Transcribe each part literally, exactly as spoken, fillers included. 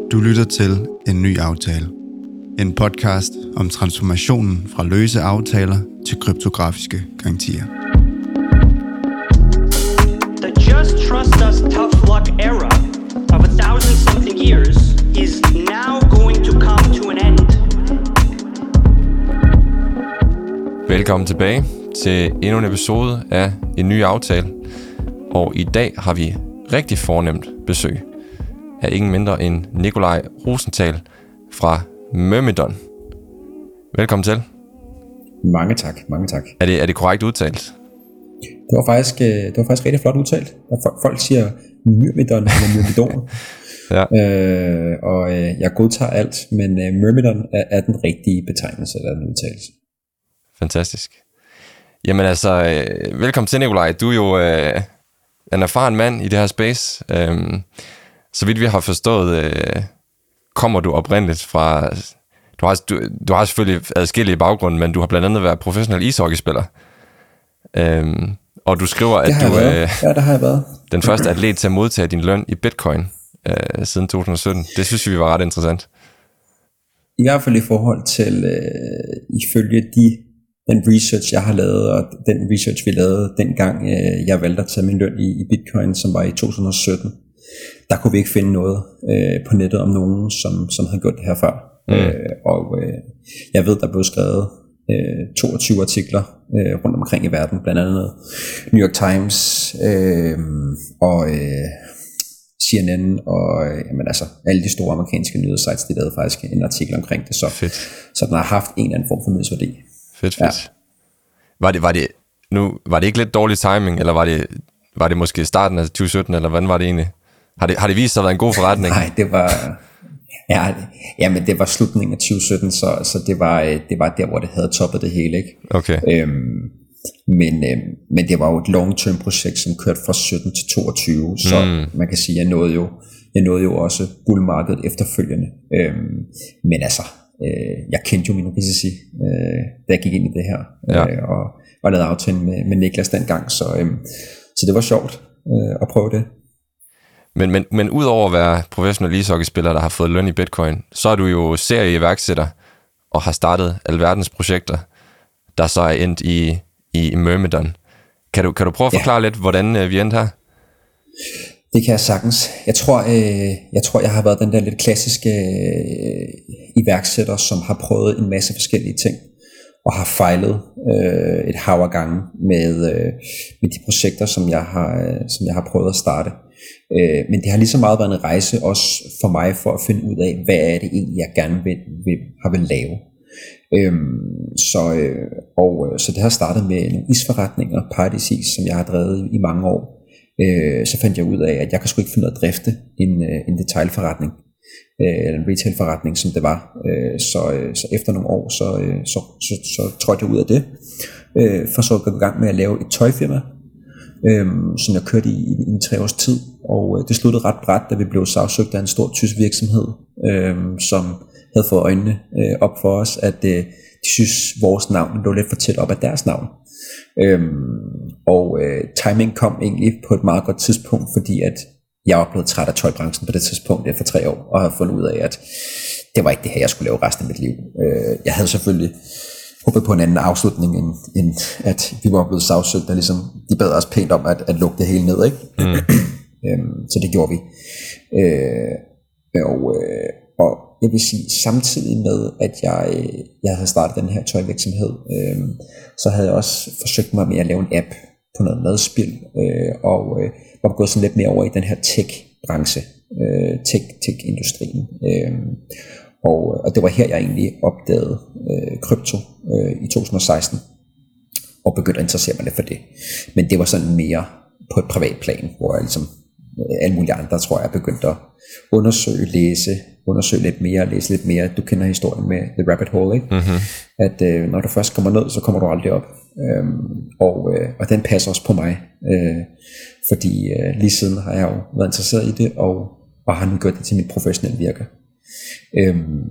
Du lytter til En Ny Aftale. En podcast om transformationen fra løse aftaler til kryptografiske garantier. The just trust us tough luck era of a thousand something years is now going to come to an end. Velkommen tilbage til endnu en episode af En Ny Aftale. Og i dag har vi rigtig fornemt besøg af ingen mindre end Nikolaj Rosenthal fra Myrmidon. Velkommen til. Mange tak, mange tak. Er det, er det korrekt udtalt? Det var faktisk, det var faktisk rigtig flot udtalt. Folk siger Myrmidon eller Myrmidon. Ja. øh, og øh, jeg godtager alt, men øh, Myrmidon er, er den rigtige betegnelse eller den udtalelse. Fantastisk. Jamen altså, øh, velkommen til, Nikolaj. Du er jo øh, en erfaren mand i det her space. Øhm, så vidt vi har forstået, øh, kommer du oprindeligt fra... Du har, du, du har selvfølgelig adskillige baggrunde, men du har blandt andet været professionel ishockeyspiller. Øhm, og du skriver, at du er øh, ja, der har jeg været. den første atlet til at modtage din løn i bitcoin øh, siden to tusind og sytten. Det synes vi var ret interessant. I hvert fald i forhold til, øh, ifølge de, den research, jeg har lavet, og den research, vi lavede dengang, øh, jeg valgte at tage min løn i, i bitcoin, som var i to tusind og sytten. Der kunne vi ikke finde noget øh, på nettet om nogen, som, som havde gjort det her før. Mm. Øh, og øh, jeg ved, der blev skrevet øh, toogtyve artikler øh, rundt omkring i verden, blandt andet New York Times øh, og øh, C N N og øh, jamen, altså, alle de store amerikanske nyhedssites, de lavede faktisk en artikel omkring det. Så, fedt. Så den har haft en eller anden form for nyhedsværdi. Fedt, fedt. Ja. Var det, var det, nu, var det ikke lidt dårlig timing, eller var det, var det måske starten af tyve sytten, eller hvordan var det egentlig? Har det, har det vist sig at være en god forretning? Nej, det var... Ja, jamen det var slutningen af tyve sytten, så, så det, var, det var der, hvor det havde toppet det hele, ikke? Okay. Øhm, men, øhm, men det var jo et long-term projekt, som kørte fra sytten til toogtyve, så mm. man kan sige, jeg nåede jo, jeg nåede jo også bullmarkedet efterfølgende. Øhm, men altså, øh, jeg kendte jo mine risici, øh, da jeg gik ind i det her, ja. øh, og, og lavede aftale med, med Niklas dengang, så, øh, så det var sjovt øh, at prøve det. Men, men, men udover at være professionel ishockeyspiller, der har fået løn i bitcoin, så er du jo serieiværksætter og har startet alverdens projekter, der så er endt i, i Myrmidon. Kan du, kan du prøve at forklare ja. lidt, hvordan øh, vi endte her? Det kan jeg sagtens. Jeg tror, øh, jeg tror, jeg har været den der lidt klassiske øh, iværksætter, som har prøvet en masse forskellige ting, og har fejlet øh, et hav af gange med, øh, med de projekter, som jeg har, øh, som jeg har prøvet at starte. Øh, men det har lige så meget været en rejse også for mig, for at finde ud af, hvad er det egentlig, jeg gerne vil, vil, har vil lave. Øhm, så, øh, og, så det har startet med nogle isforretninger, Paradisis, som jeg har drevet i, i mange år. Øh, så fandt jeg ud af, at jeg kan sgu ikke finde ud af at drifte en, en detailforretning, eller en retailforretning, som det var. Øh, så, så efter nogle år, så, så, så, så trådte jeg ud af det, øh, for så at gå i gang med at lave et tøjfirma, Øhm, som jeg kørte i, i, i tre års tid, og øh, det sluttede ret brat, da vi blev sagsøgt af en stor tysk virksomhed, øhm, som havde fået øjnene øh, op for os, at øh, de synes vores navn lå lidt for tæt op af deres navn. Øhm, og øh, timing kom egentlig på et meget godt tidspunkt, fordi at jeg var blevet træt af tøjbranchen på det tidspunkt efter tre år, og havde fundet ud af, at det var ikke det her, jeg skulle lave resten af mit liv. Øh, jeg havde selvfølgelig håbet på en anden afslutning, end, end at vi var blevet sagsøgt, og ligesom de bad os pænt om at, at lukke det hele ned, ikke? Mm. øhm, så det gjorde vi. Øh, og, øh, og jeg vil sige, samtidig med, at jeg, jeg havde startet den her tøjvirksomhed, øh, så havde jeg også forsøgt mig med at lave en app på noget madspil, øh, og øh, var gået sådan lidt mere over i den her tech-branche, øh, tech, tech-industrien. Øh, Og, og det var her, jeg egentlig opdagede øh, krypto øh, i to tusind og seksten, og begyndte at interessere mig lidt for det. Men det var sådan mere på et privat plan, hvor jeg ligesom øh, alle mulige andre, tror jeg, begyndte at undersøge, læse, undersøge lidt mere, læse lidt mere. Du kender historien med The Rabbit Hole, ikke? Mm-hmm. At øh, når du først kommer ned, så kommer du aldrig op. Øhm, og, øh, og den passer også på mig, øh, fordi øh, lige siden har jeg jo været interesseret i det, og, og har nu gjort det til mit professionelle virke. Øhm,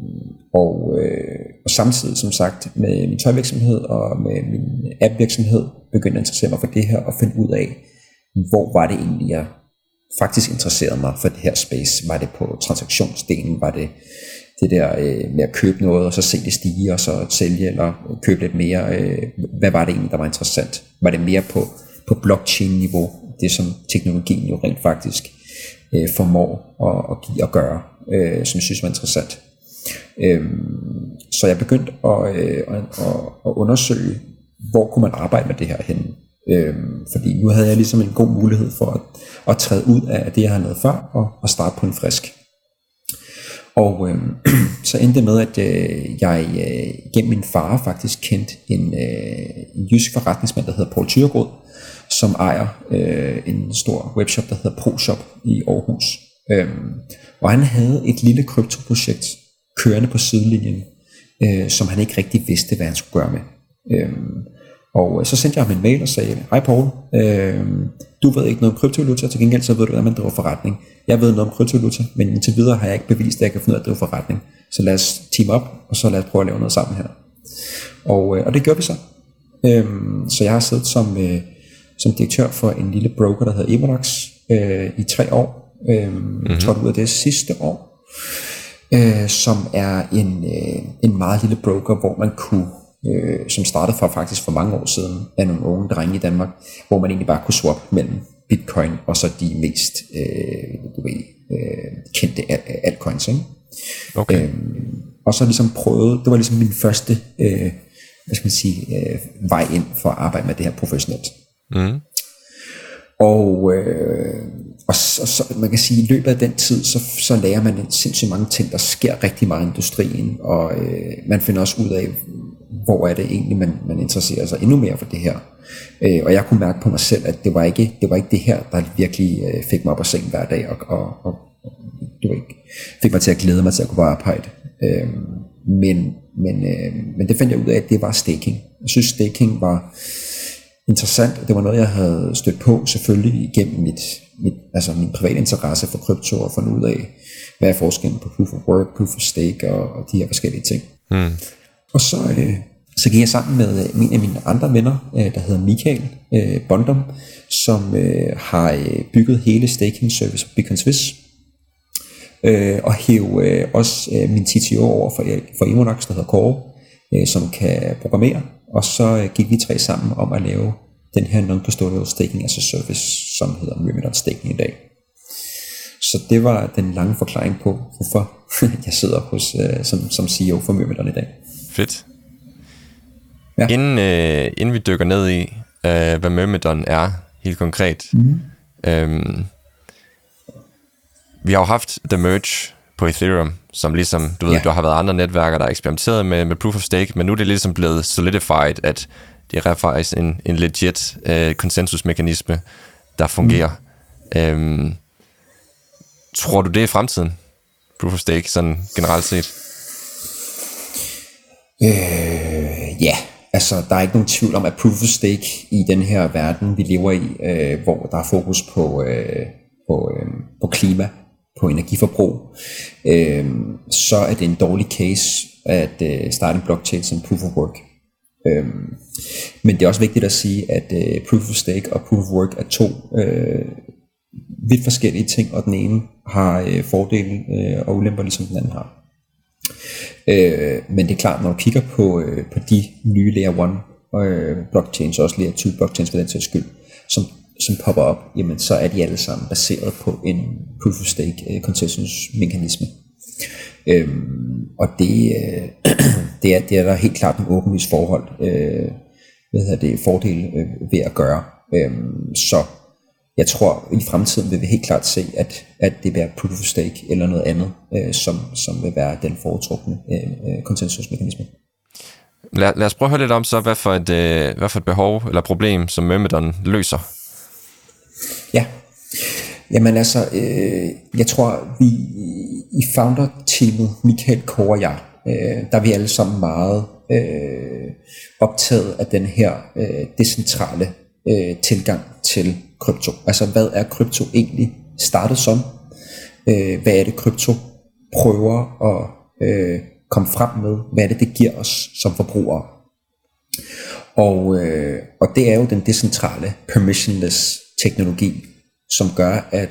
og, øh, og samtidig som sagt med min tøjvirksomhed og med min appvirksomhed begyndte at interessere mig for det her og finde ud af, hvor var det egentlig jeg faktisk interesserede mig for det her space. Var det på transaktionsdelen? Var det det der øh, med at købe noget, og så se det stige, og så sælge, eller købe lidt mere? Øh, hvad var det egentlig, der var interessant? Var det mere på, på blockchain-niveau? Det som teknologien jo rent faktisk øh, formår at, at give og gøre, øh, som jeg synes var interessant. Øh, så jeg begyndte at, øh, at, at, at undersøge, hvor kunne man arbejde med det her henne. Øhm, fordi nu havde jeg ligesom en god mulighed for at, at træde ud af det, jeg havde lavet før, og, og starte på en frisk. Og øhm, så endte det med, at øh, jeg øh, gennem min far faktisk kendte en, øh, en jysk forretningsmand, der hedder Poul Thyregod, som ejer øh, en stor webshop, der hedder ProShop i Aarhus. Øhm, og han havde et lille kryptoprojekt kørende på sidelinjen, øh, som han ikke rigtig vidste, hvad han skulle gøre med. Øhm, Og så sendte jeg ham en mail og sagde, hej Poul, øh, du ved ikke noget om kryptovaluta, til gengæld så ved du, at man driver forretning. Jeg ved noget om kryptovaluta, men indtil videre har jeg ikke bevist, at jeg kan finde ud af at drive forretning. Så lad os team op, og så lad os prøve at lave noget sammen her. Og, øh, og det gjorde vi så. Øh, så jeg har siddet som, øh, som direktør for en lille broker, der hedder Emonax, øh, i tre år. Øh, mm-hmm. Trådte ud af det sidste år, øh, som er en, øh, en meget lille broker, hvor man kunne Øh, som startede for faktisk for mange år siden af nogle unge drenge i Danmark, hvor man egentlig bare kunne swappe mellem bitcoin og så de mest øh, du ved, øh, kendte altcoins, ikke? Okay. Øh, og så ligesom prøvede, det var ligesom min første øh, hvad skal man sige, øh, vej ind for at arbejde med det her professionelt. Mm. Og, øh, og så, så man kan sige, i løbet af den tid, så, så lærer man sindssygt mange ting. Der sker rigtig meget i industrien, og øh, man finder også ud af, hvor er det egentlig, man, man interesserer sig endnu mere for det her. Øh, og jeg kunne mærke på mig selv, at det var ikke det, var ikke det her, der virkelig øh, fik mig op af sengen hver dag, og, og, og du ved ikke, fik mig til at glæde mig til at gå på arbejde. Øh, men, men, øh, men det fandt jeg ud af, at det var staking. Jeg synes, staking var interessant, og det var noget, jeg havde stødt på selvfølgelig igennem mit, mit, altså min private interesse for krypto, og fundet ud af, hvad er forskellen på proof of work, proof of stake og, og de her forskellige ting. Mm. Og så, øh, så gik jeg sammen med en af mine andre venner, øh, der hedder Michael øh, Bondum, som øh, har øh, bygget hele staking service på Bitcoin Swiss, øh, og hæv øh, også øh, min T T O over for, for Emonax, der hedder Kåre, øh, som kan programmere, og så øh, gik vi tre sammen om at lave den her non-custodial staking as a service, som hedder Myrmidon Staking i dag. Så det var den lange forklaring på, hvorfor jeg sidder hos, øh, som, som C E O for Myrmidon i dag. Fedt. Ja. Inden, øh, inden vi dykker ned i, øh, hvad Myrmidon er helt konkret. Mm. Øhm, vi har jo haft The Merge på Ethereum, som ligesom, du ved, ja. Der har været andre netværker, der har eksperimenteret med, med Proof of Stake, men nu er det ligesom blevet solidified, at det er faktisk en, en legit øh, konsensusmekanisme, der fungerer. Mm. Øhm, tror du, det er fremtiden? Proof of Stake, sådan generelt set? Øh, ja, altså der er ikke nogen tvivl om, at Proof of Stake i den her verden, vi lever i, øh, hvor der er fokus på, øh, på, øh, på klima, på energiforbrug, øh, så er det en dårlig case at øh, starte en blockchain som Proof of Work. Øh, men det er også vigtigt at sige, at øh, Proof of Stake og Proof of Work er to øh, vidt forskellige ting, og den ene har øh, fordele øh, og ulemper, ligesom den anden har. Øh, men det er klart, når du kigger på, øh, på de nye layer one øh, blockchains, også layer two blockchains for den sags skyld, som, som popper op, jamen så er de alle sammen baseret på en proof of stake øh, konsensusmekanisme. Øh, og det, øh, det, er, det er der helt klart en åbenlyst forhold, øh, hvad hedder det, fordel øh, ved at gøre. Øh, så jeg tror, i fremtiden vil vi helt klart se, at, at det bliver proof of stake eller noget andet, øh, som, som vil være den foretrukne øh, konsensusmekanisme. Lad, lad os prøve at høre lidt om så, hvad for et, øh, hvad for et behov eller problem, som Myrmidon løser. Ja, jamen altså, øh, jeg tror, vi i founder-teamet, Michael, Kåre og jeg, øh, der er vi alle sammen meget øh, optaget af den her øh, decentrale øh, tilgang til krypto. Altså, hvad er krypto egentlig startet som? Øh, hvad er det, krypto prøver at øh, komme frem med? Hvad er det, det giver os som forbrugere? Og, øh, og det er jo den decentrale, permissionless teknologi, som gør, at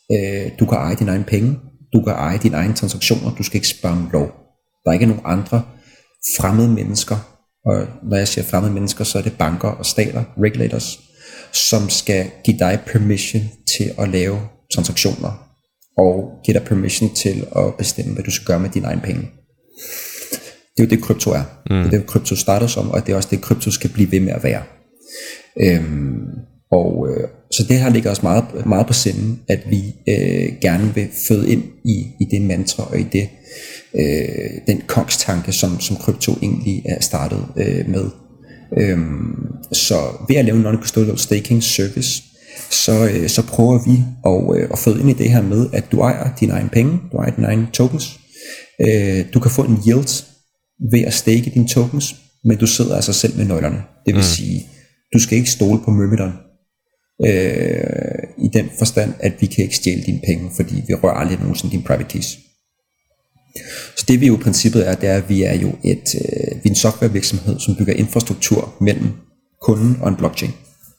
øh, du kan eje dine egne penge, du kan eje dine egne transaktioner, du skal ikke spørge om lov. Der er ikke nogen andre fremmede mennesker, og når jeg siger fremmede mennesker, så er det banker og stater, regulators, som skal give dig permission til at lave transaktioner, og give dig permission til at bestemme, hvad du skal gøre med dine egne penge. Det er jo det, krypto er. Mm. Det er det, krypto starter som, og det er også det, krypto skal blive ved med at være. Øhm, og øh, så det her ligger også meget, meget på sinden, at vi øh, gerne vil føde ind i, i det mantra og i det, øh, den kongstanke, som, som krypto egentlig er startet øh, med. Øhm, så ved at lave en non-custodial staking service, så, øh, så prøver vi at, øh, at føde ind i det her med, at du ejer dine egne penge, du ejer dine egne tokens. Øh, du kan få en yield ved at stake dine tokens, men du sidder altså selv med nøglerne. Det vil mm. sige, du skal ikke stole på myrmideren, øh, i den forstand, at vi kan ikke stjæle dine penge, fordi vi rører aldrig nogensinde dine private keys. Så det vi jo i princippet er, det er, at vi er jo et, øh, vi er en softwarevirksomhed, som bygger infrastruktur mellem kunden og en blockchain.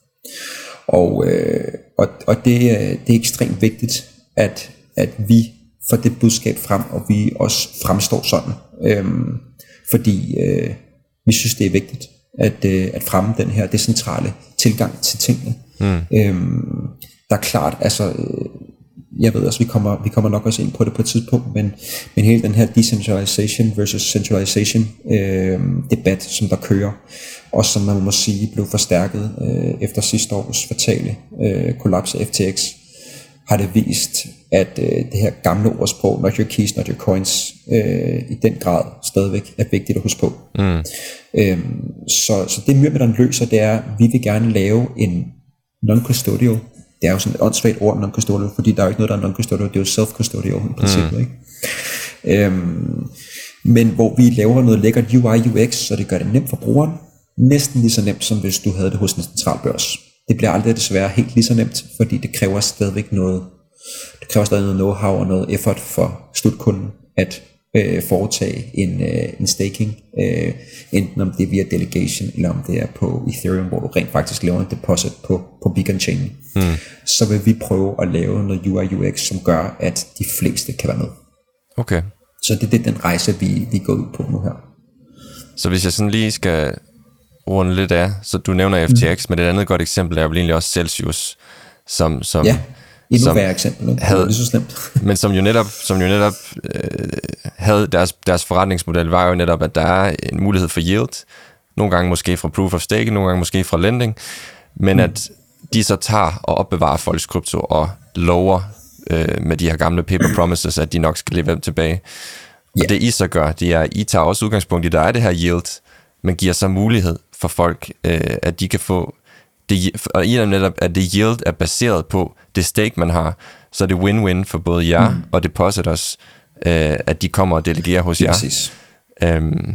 Og, øh, og, og det, det er ekstremt vigtigt, at, at vi får det budskab frem, og vi også fremstår sådan. Øhm, fordi øh, vi synes, det er vigtigt at, øh, at fremme den her decentrale tilgang til tingene. Mm. Øhm, der er klart, altså, øh, jeg ved også, vi kommer, vi kommer nok også ind på det på et tidspunkt, men, men hele den her decentralization versus centralization øh, debat, som der kører, og som man må sige blev forstærket øh, efter sidste års fatale øh, kollaps af F T X, har det vist, at øh, det her gamle ordsprog, not your keys, not your coins, øh, i den grad stadigvæk er vigtigt at huske på. Mm. Øhm, så, så det myrmideren løser, det er, at vi vil gerne lave en non-custodial. Det er jo sådan et åndssvagt ord, non-custodial, fordi der er jo ikke noget, der er non-custodial, det er jo self-custodial i princippet. Mm. Ikke? Øhm, men hvor vi laver noget lækkert U I U X, så det gør det nemt for brugeren, næsten lige så nemt, som hvis du havde det hos en centralbørs. Det bliver aldrig desværre helt lige så nemt, fordi det kræver stadigvæk noget, det kræver stadig noget know-how og noget effort for slutkunden at øh, foretage en, øh, en staking, øh, enten om det er via delegation, eller om det er på Ethereum, hvor du rent faktisk laver en deposit på, på Beacon Chain. Mm. Så vil vi prøve at lave noget U I U X, som gør, at de fleste kan være med. Okay. Så det, det er den rejse, vi, vi går ud på nu her. Så hvis jeg sådan lige skal runde lidt af, så du nævner F T X, mm. men et andet godt eksempel er jo egentlig også Celsius, som, som, ja, endnu som værre eksempel, ikke? havde, det er så slemt. men som jo netop, som jo netop øh, havde deres, deres forretningsmodel, var jo netop, at der er en mulighed for yield, nogle gange måske fra proof of stake, nogle gange måske fra lending, men mm. at de så tager og opbevarer folks krypto og lover øh, med de her gamle paper promises, at de nok skal levere dem tilbage. Og yeah. det I så gør, det er, at I tager også udgangspunkt i, der er det her yield, men giver så mulighed for folk, øh, at de kan få det, og i og netop, at det yield er baseret på det stake, man har, så er det win-win for både jer mm. og depositors, øh, at de kommer og delegerer hos jer. Præcis. Øhm,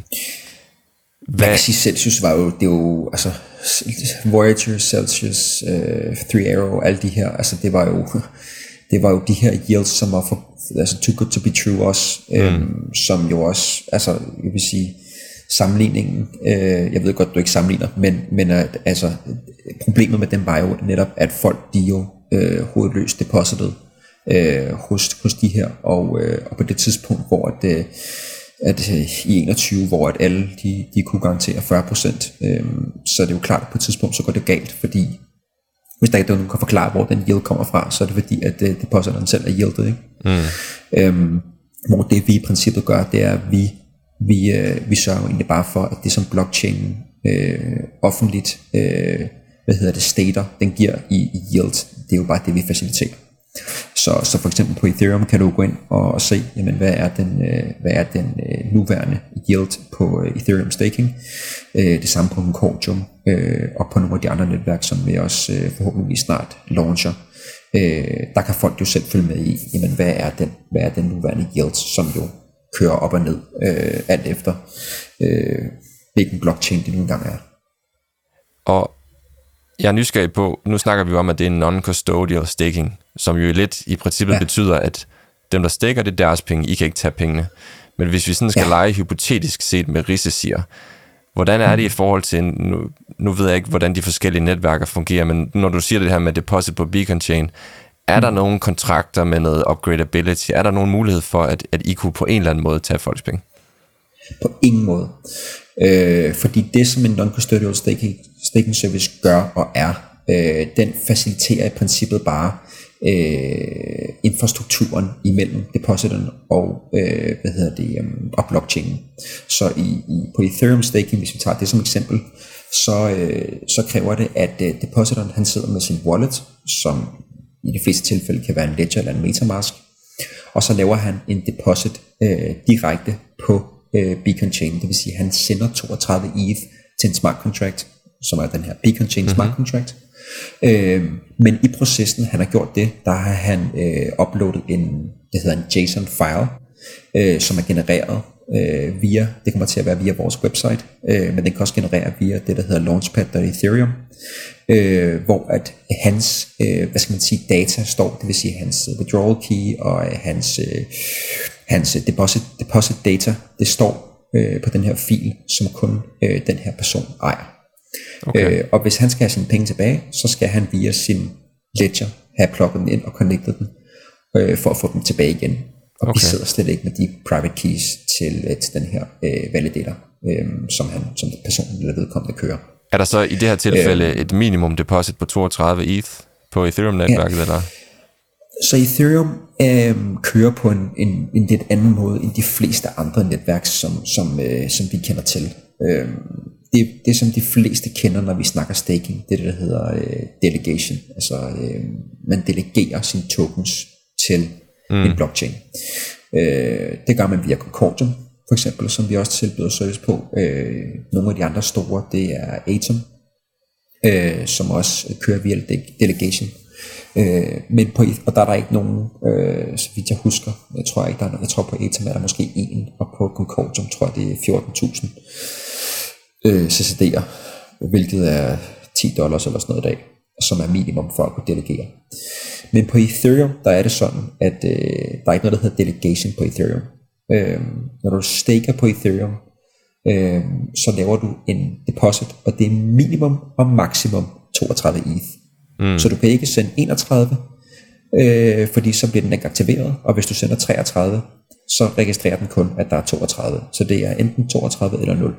hvad kan sige, Celsius var jo, det er jo, altså, Voyager, Celsius, uh, Three Arrow, alle de her, altså det var jo, det var jo de her yields, som var for, altså too good to be true også, mm. øhm, som jo også, altså, jeg vil sige, sammenligningen, øh, jeg ved godt, du ikke sammenligner, men, men øh, altså, problemet med dem var jo netop, at folk, de jo øh, hovedløst depositet øh, hos, hos de her, og, øh, og på det tidspunkt, hvor at, øh, at øh, i enogtyve, hvor at alle, de, de kunne garantere fyrre procent, øh, så er det jo klart, at på et tidspunkt, så går det galt, fordi hvis der ikke er nogen, der kan forklare, hvor den yield kommer fra, så er det fordi, at øh, depositeren selv er yieldet, ikke? Mm. Øhm, hvor det vi i princippet gør, det er, at vi Vi, øh, vi sørger egentlig bare for, at det som blockchain øh, offentligt, øh, hvad hedder det, stater, den giver i, i yield, det er jo bare det, vi faciliterer. Så, så for eksempel på Ethereum kan du gå ind og, og se, jamen, hvad er den, øh, hvad er den øh, nuværende yield på øh, Ethereum staking. Øh, det samme på Concordium øh, og på nogle af de andre netværk, som vi også øh, forhåbentlig snart launcher. Øh, der kan folk jo selv følge med i, jamen, hvad er den, hvad er den nuværende yield, som jo kører op og ned, øh, alt efter øh, hvilken blockchain det nu engang er. Og jeg er nysgerrig på, nu snakker vi jo om, at det er en non-custodial staking, som jo lidt i princippet ja. betyder, at dem, der staker, det er deres penge, I kan ikke tage pengene. Men hvis vi sådan skal ja. lege hypotetisk set med risicier, hvordan er det i forhold til, nu, nu ved jeg ikke, hvordan de forskellige netværker fungerer, men når du siger det her med deposit på Beacon Chain, Er der nogle kontrakter med noget upgradability? Er der nogen mulighed for, at, at I kunne på en eller anden måde tage folks penge? På ingen måde. Øh, fordi det, som en non-custodial staking, staking service gør og er, øh, den faciliterer i princippet bare øh, infrastrukturen imellem depositoren og, øh, hvad hedder det, um, og blockchainen. Så i, i, på Ethereum staking, hvis vi tager det som eksempel, så, øh, så kræver det, at øh, depositoren han sidder med sin wallet, som i de fleste tilfælde kan være en Ledger eller en Metamask, og så laver han en deposit øh, direkte på øh, Beacon Chain, det vil sige, at han sender toogtredive E T H til en smart contract, som er den her Beacon Chain mm-hmm. smart contract. Øh, men i processen, han har gjort det, der har han øh, uploadet en, det hedder en JSON file, øh, som er genereret øh, via, det kommer til at være via vores website, øh, men den kan også generere via det, der hedder launchpad punktum ethereum, øh, hvor at hans, øh, hvad skal man sige, data står, det vil sige hans withdrawal key og øh, hans, øh, hans deposit, deposit data, det står øh, på den her fil, som kun øh, den her person ejer. Okay. Øh, og hvis han skal have sine penge tilbage, så skal han via sin ledger have plugget den ind og connectet den, øh, for at få dem tilbage igen. Og okay. vi sidder slet ikke med de private keys til, øh, til den her øh, validator, øh, som, han, som personen eller vedkommende kører. Er der så i det her tilfælde øh, et minimum deposit på toogtredive E T H på Ethereum-netværket? Ja. Eller? Så Ethereum øh, kører på en, en, en lidt anden måde end de fleste andre netværk, som, som, øh, som vi kender til. Øh, Det, det som de fleste kender, når vi snakker staking, det er det, der hedder øh, delegation. Altså øh, man delegerer sine tokens til mm. en blockchain. Øh, det gør man via Concordium, for eksempel, som vi også tilbyder service på. Øh, nogle af de andre store, det er Atom, øh, som også kører via delegation. Øh, men på, og der er der ikke nogen, øh, så vidt jeg husker, jeg tror ikke der er nogen, jeg tror på Atom er der måske en, og på Concordium tror jeg det er fjorten tusind. Øh, C C D'er, hvilket er ti dollars eller sådan noget i dag, som er minimum for at kunne delegere. Men på Ethereum, der er det sådan, at øh, der er ikke noget, der hedder delegation på Ethereum. Øh, når du staker på Ethereum, øh, så laver du en deposit, og det er minimum og maksimum toogtredive E T H. Mm. Så du kan ikke sende enogtredive, øh, fordi så bliver den ikke aktiveret, og hvis du sender treogtredive, så registrerer den kun, at der er toogtredive. Så det er enten toogtredive eller nul.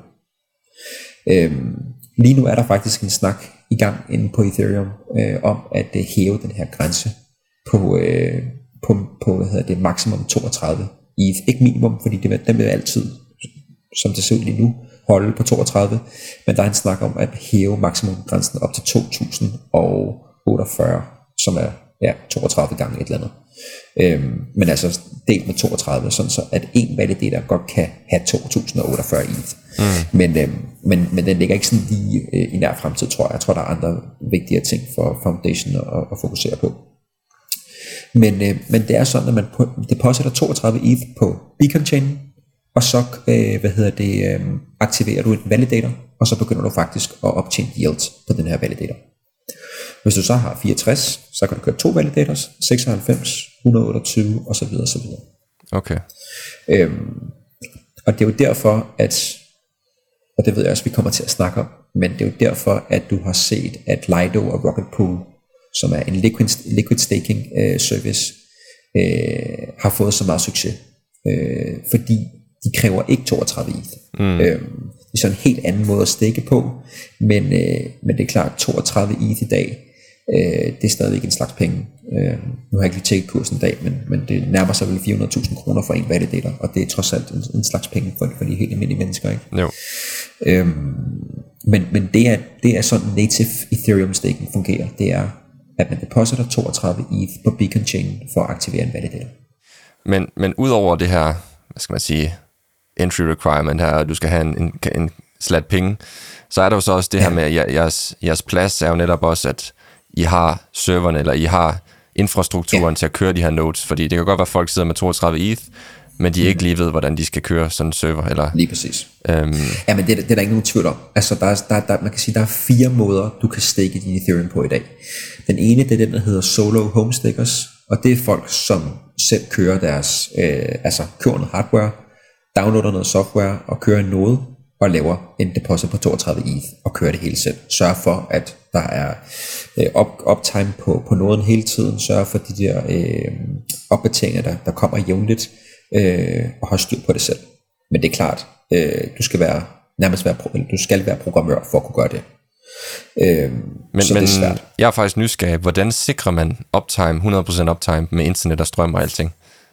Øhm, lige nu er der faktisk en snak i gang inde på Ethereum øh, om at øh, hæve den her grænse på, øh, på, på hvad hedder det, maksimum toogtredive E T H. Ikke minimum, fordi det, den vil altid, som det ser ud lige nu, holde på toogtredive, men der er en snak om at hæve maksimumgrænsen op til to tusind otteogfyrre, som er ja, toogtredive gange et eller andet. Øhm, men altså delt med toogtredive, sådan så at en validator godt kan have to tusind otteogfyrre E T H. Mm. Men, øhm, men, men den ligger ikke sådan lige øh, i nær fremtid, tror jeg. Jeg tror, der er andre vigtige ting for Foundation at, at fokusere på. Men, øh, men det er sådan, at man depositer toogtredive E T H på Beacon Chain, og så øh, hvad hedder det, øh, aktiverer du en validator, og så begynder du faktisk at optjene yield på den her validator. Hvis du så har fireogtres, så kan du køre to validators, seksoghalvfems, et hundrede og otteogtyve osv. osv. Okay. Øhm, og det er jo derfor, at, og det ved jeg også, vi kommer til at snakke om, men det er jo derfor, at du har set, at Lido og Rocket Pool, som er en liquid, liquid staking øh, service, øh, har fået så meget succes. Øh, fordi de kræver ikke toogtredive E T H. Mm. Øhm, det er sådan en helt anden måde at stikke på, men, øh, men det er klart, toogtredive E T H i dag, øh, det er stadigvæk en slags penge. Øh, nu har jeg ikke lige tjekket kursen i dag, men, men det nærmer sig vel fire hundrede tusind kroner for en validator, og det er trods alt en, en slags penge for, for de helt almindelige mennesker, ikke? Jo. Øhm, men men det, er, det er sådan native Ethereum staking fungerer. Det er, at man depositer toogtredive E T H på Beacon Chain for at aktivere en validator. Men, men udover det her, hvad skal man sige, entry requirement her, og du skal have en, en, en slat penge, så er der jo så også det her med, at jeres, jeres plads er jo netop også, at I har serverne, eller I har infrastrukturen ja. til at køre de her nodes, fordi det kan godt være, at folk sidder med toogtredive E T H, men de mm. ikke lige ved, hvordan de skal køre sådan en server. Eller, lige præcis. Øhm, ja, men det, det er der ikke nogen tvivl om. Altså, der er, der, der, man kan sige, der er fire måder, du kan stake din Ethereum på i dag. Den ene, det er den, der hedder solo homestakers, og det er folk, som selv kører deres, øh, altså kører noget hardware, downloader noget software og kører en node og laver en deposit på toogtredive E T H og kører det hele selv. Sørg for, at der er øh, up, uptime på, på nåden hele tiden, sørge for de der øh, opdateringer, der, der kommer jævnligt, øh, og har styr på det selv. Men det er klart, øh, du skal være nærmest være, du skal være programmør for at kunne gøre det. Øh, men så men det er svært. Jeg er faktisk nysgerrig, hvordan sikrer man uptime, hundrede procent uptime med internet og strøm og alting?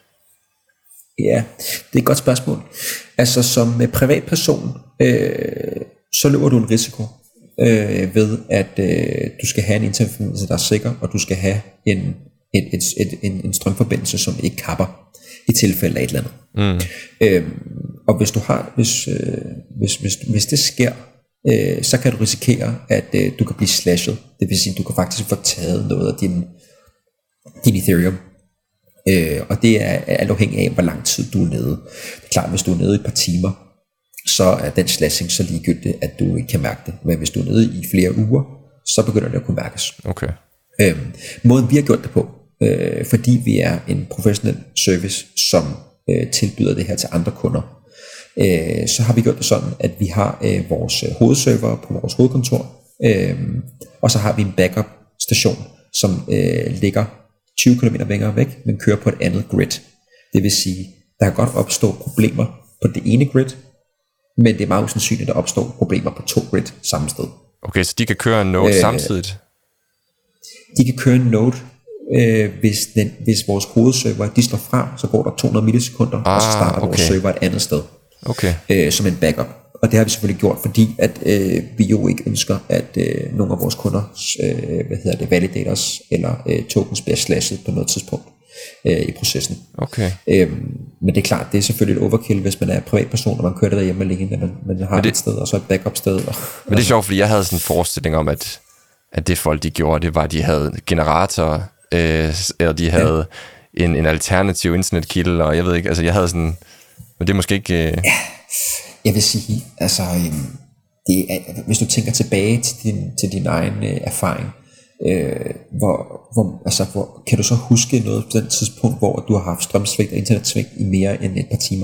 Ja, det er et godt spørgsmål. Altså som privatperson, øh, så løber du en risiko øh, ved, at øh, du skal have en internetforbindelse, der er sikker, og du skal have en, et, et, et, en, en strømforbindelse, som ikke kapper i tilfælde af et eller andet. Mm. Øh, og hvis du har, hvis, øh, hvis, hvis, hvis det sker, øh, så kan du risikere, at øh, du kan blive slashet. Det vil sige, at du kan faktisk få taget noget af din, din Ethereum. Øh, og det er alt afhængig af, hvor lang tid du er nede. Det er klart, hvis du er nede i et par timer, så er den slashing så ligegyldigt, at du ikke kan mærke det. Men hvis du er nede i flere uger, så begynder det at kunne mærkes. Okay. Øh, måden vi har gjort det på, øh, fordi vi er en professionel service, som øh, tilbyder det her til andre kunder, øh, så har vi gjort det sådan, at vi har øh, vores hovedserver på vores hovedkontor, øh, og så har vi en backup station, som øh, ligger tyve kilometer længere væk, men kører på et andet grid. Det vil sige, der kan godt opstå problemer på det ene grid, men det er meget usandsynligt, at der opstår problemer på to grid samme sted. Okay, så de kan køre en node øh, samtidigt? De kan køre en node, øh, hvis, den, hvis vores hovedserver, de står frem, så går der to hundrede millisekunder, ah, og så starter okay. vores server et andet sted. Okay. Øh, som en backup. Og det har vi selvfølgelig gjort, fordi at øh, vi jo ikke ønsker, at øh, nogle af vores kunder, øh, hvad hedder det, validators eller øh, tokens bliver slashet på noget tidspunkt øh, i processen. Okay. Øhm, men det er klart, det er selvfølgelig et overkill, hvis man er privatperson, og man kører det derhjemme alene, men man, man har det, et sted, og så et backup sted. Og, men det er sjovt, fordi jeg havde sådan en forestilling om, at, at det folk, de gjorde, det var, at de havde generatorer, øh, eller de havde ja. en, en alternativ internetkilde, og jeg ved ikke, altså jeg havde sådan, men det er måske ikke... Øh, ja. Jeg vil sige, altså, det er, hvis du tænker tilbage til din, til din egen øh, erfaring, øh, hvor, hvor, altså, hvor, kan du så huske noget på den tidspunkt, hvor du har haft strømsvigt og internetsvigt i mere end et par timer?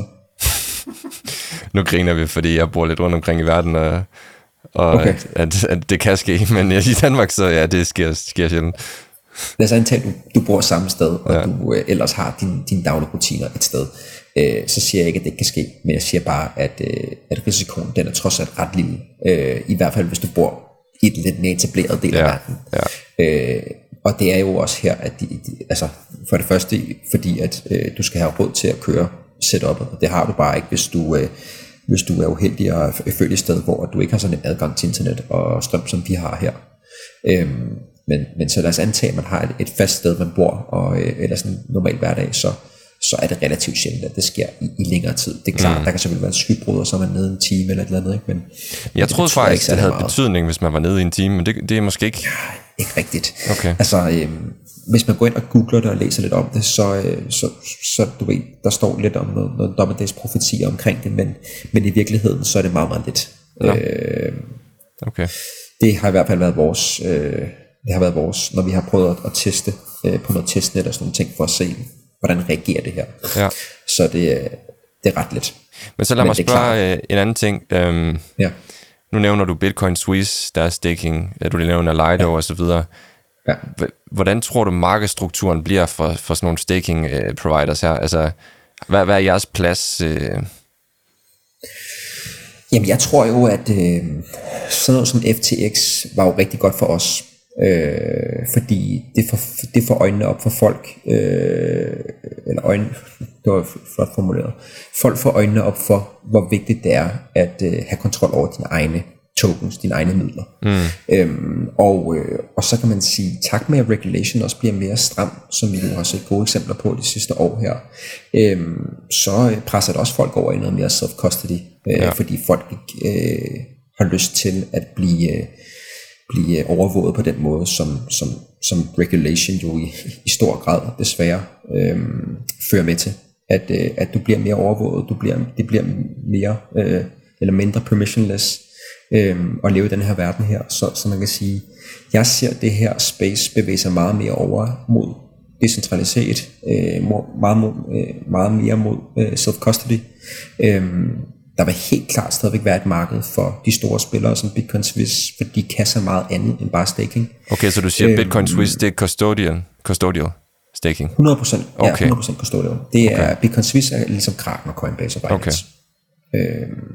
Nu griner vi, fordi jeg bor lidt rundt omkring i verden, og, og okay. at, at, at det kan ske, men i Danmark, så ja, det sker, sker sjældent. Lad os antage, at du, du bor samme sted, og ja. du øh, ellers har dine din daglige rutiner et sted. Øh, så siger jeg ikke, at det ikke kan ske, men jeg siger bare, at, øh, at risikoen, den er trods alt ret lille. Øh, I hvert fald, hvis du bor i et lidt mere etableret del ja. af verden. Ja. Øh, og det er jo også her, at de, de, altså for det første, fordi at øh, du skal have råd til at køre setupet, og det har du bare ikke, hvis du, øh, hvis du er uheldig og følger et sted, hvor du ikke har sådan en adgang til internet og strøm, som vi har her. Øh, Men, men så lad os antage, at man har et, et fast sted, man bor, og, øh, eller sådan en normal hverdag, så, så er det relativt sjældent, at det sker i, i længere tid. Det er klart, mm. der kan selvfølgelig være en skybrud, og så er man nede en time eller et eller andet, ikke? Men jeg det troede faktisk, ikke, det havde meget. betydning, hvis man var nede i en time, men det, det er måske ikke... Ja, ikke rigtigt. Okay. Altså, øh, hvis man går ind og googler det og læser lidt om det, så, øh, så, så du ved, der står lidt om noget, noget dommedagsprofeti omkring det, men, men i virkeligheden, så er det meget, meget lidt. Ja. Øh, okay. Det har i hvert fald været vores... Øh, Det har været vores, når vi har prøvet at, at teste øh, på noget testnet og sådan nogle ting, for at se, hvordan reagerer det her. Ja. Så det, det er ret let. Men så lad Men mig spørge øh, en anden ting. Øhm, ja. Nu nævner du Bitcoin Suisse, der er staking, du nævner Lido ja. og så videre. Ja. Hvordan tror du markedsstrukturen bliver for, for sådan nogle staking øh, providers her? Altså, hvad, hvad er jeres plads? Øh? Jamen jeg tror jo, at øh, sådan noget som F T X var jo rigtig godt for os. Øh, fordi det får, det får øjnene op for folk, øh, eller øjne, det var flot formuleret, folk får øjnene op for, hvor vigtigt det er at øh, have kontrol over dine egne tokens, dine egne midler. Mm. Øhm, og, øh, og så kan man sige, tak med at regulation også bliver mere stram, som vi jo har set gode eksempler på de sidste år her, øh, så presser det også folk over i noget mere self-custody, øh, ja. fordi folk ikke øh, har lyst til at blive... Øh, blive overvåget på den måde, som, som, som regulation jo i, i stor grad desværre øhm, fører med til, at, øh, at du bliver mere overvåget, du bliver, det bliver mere øh, eller mindre permissionless øh, at leve i den her verden her, så, så man kan sige, jeg ser det her space bevæge sig meget mere over mod decentraliseret, øh, meget, mod, øh, meget mere mod øh, self-custody, øh, der vil helt klart stadigvæk være et marked for de store spillere som Bitcoin Swiss, for de kan så meget andet end bare staking. Okay, så du siger, at Bitcoin Swiss, det er custodial, custodial staking? hundrede procent, ja, okay. hundrede procent custodial. Det er, okay. Bitcoin Swiss er ligesom Kraken og Coinbase og Binance. Okay. Øhm,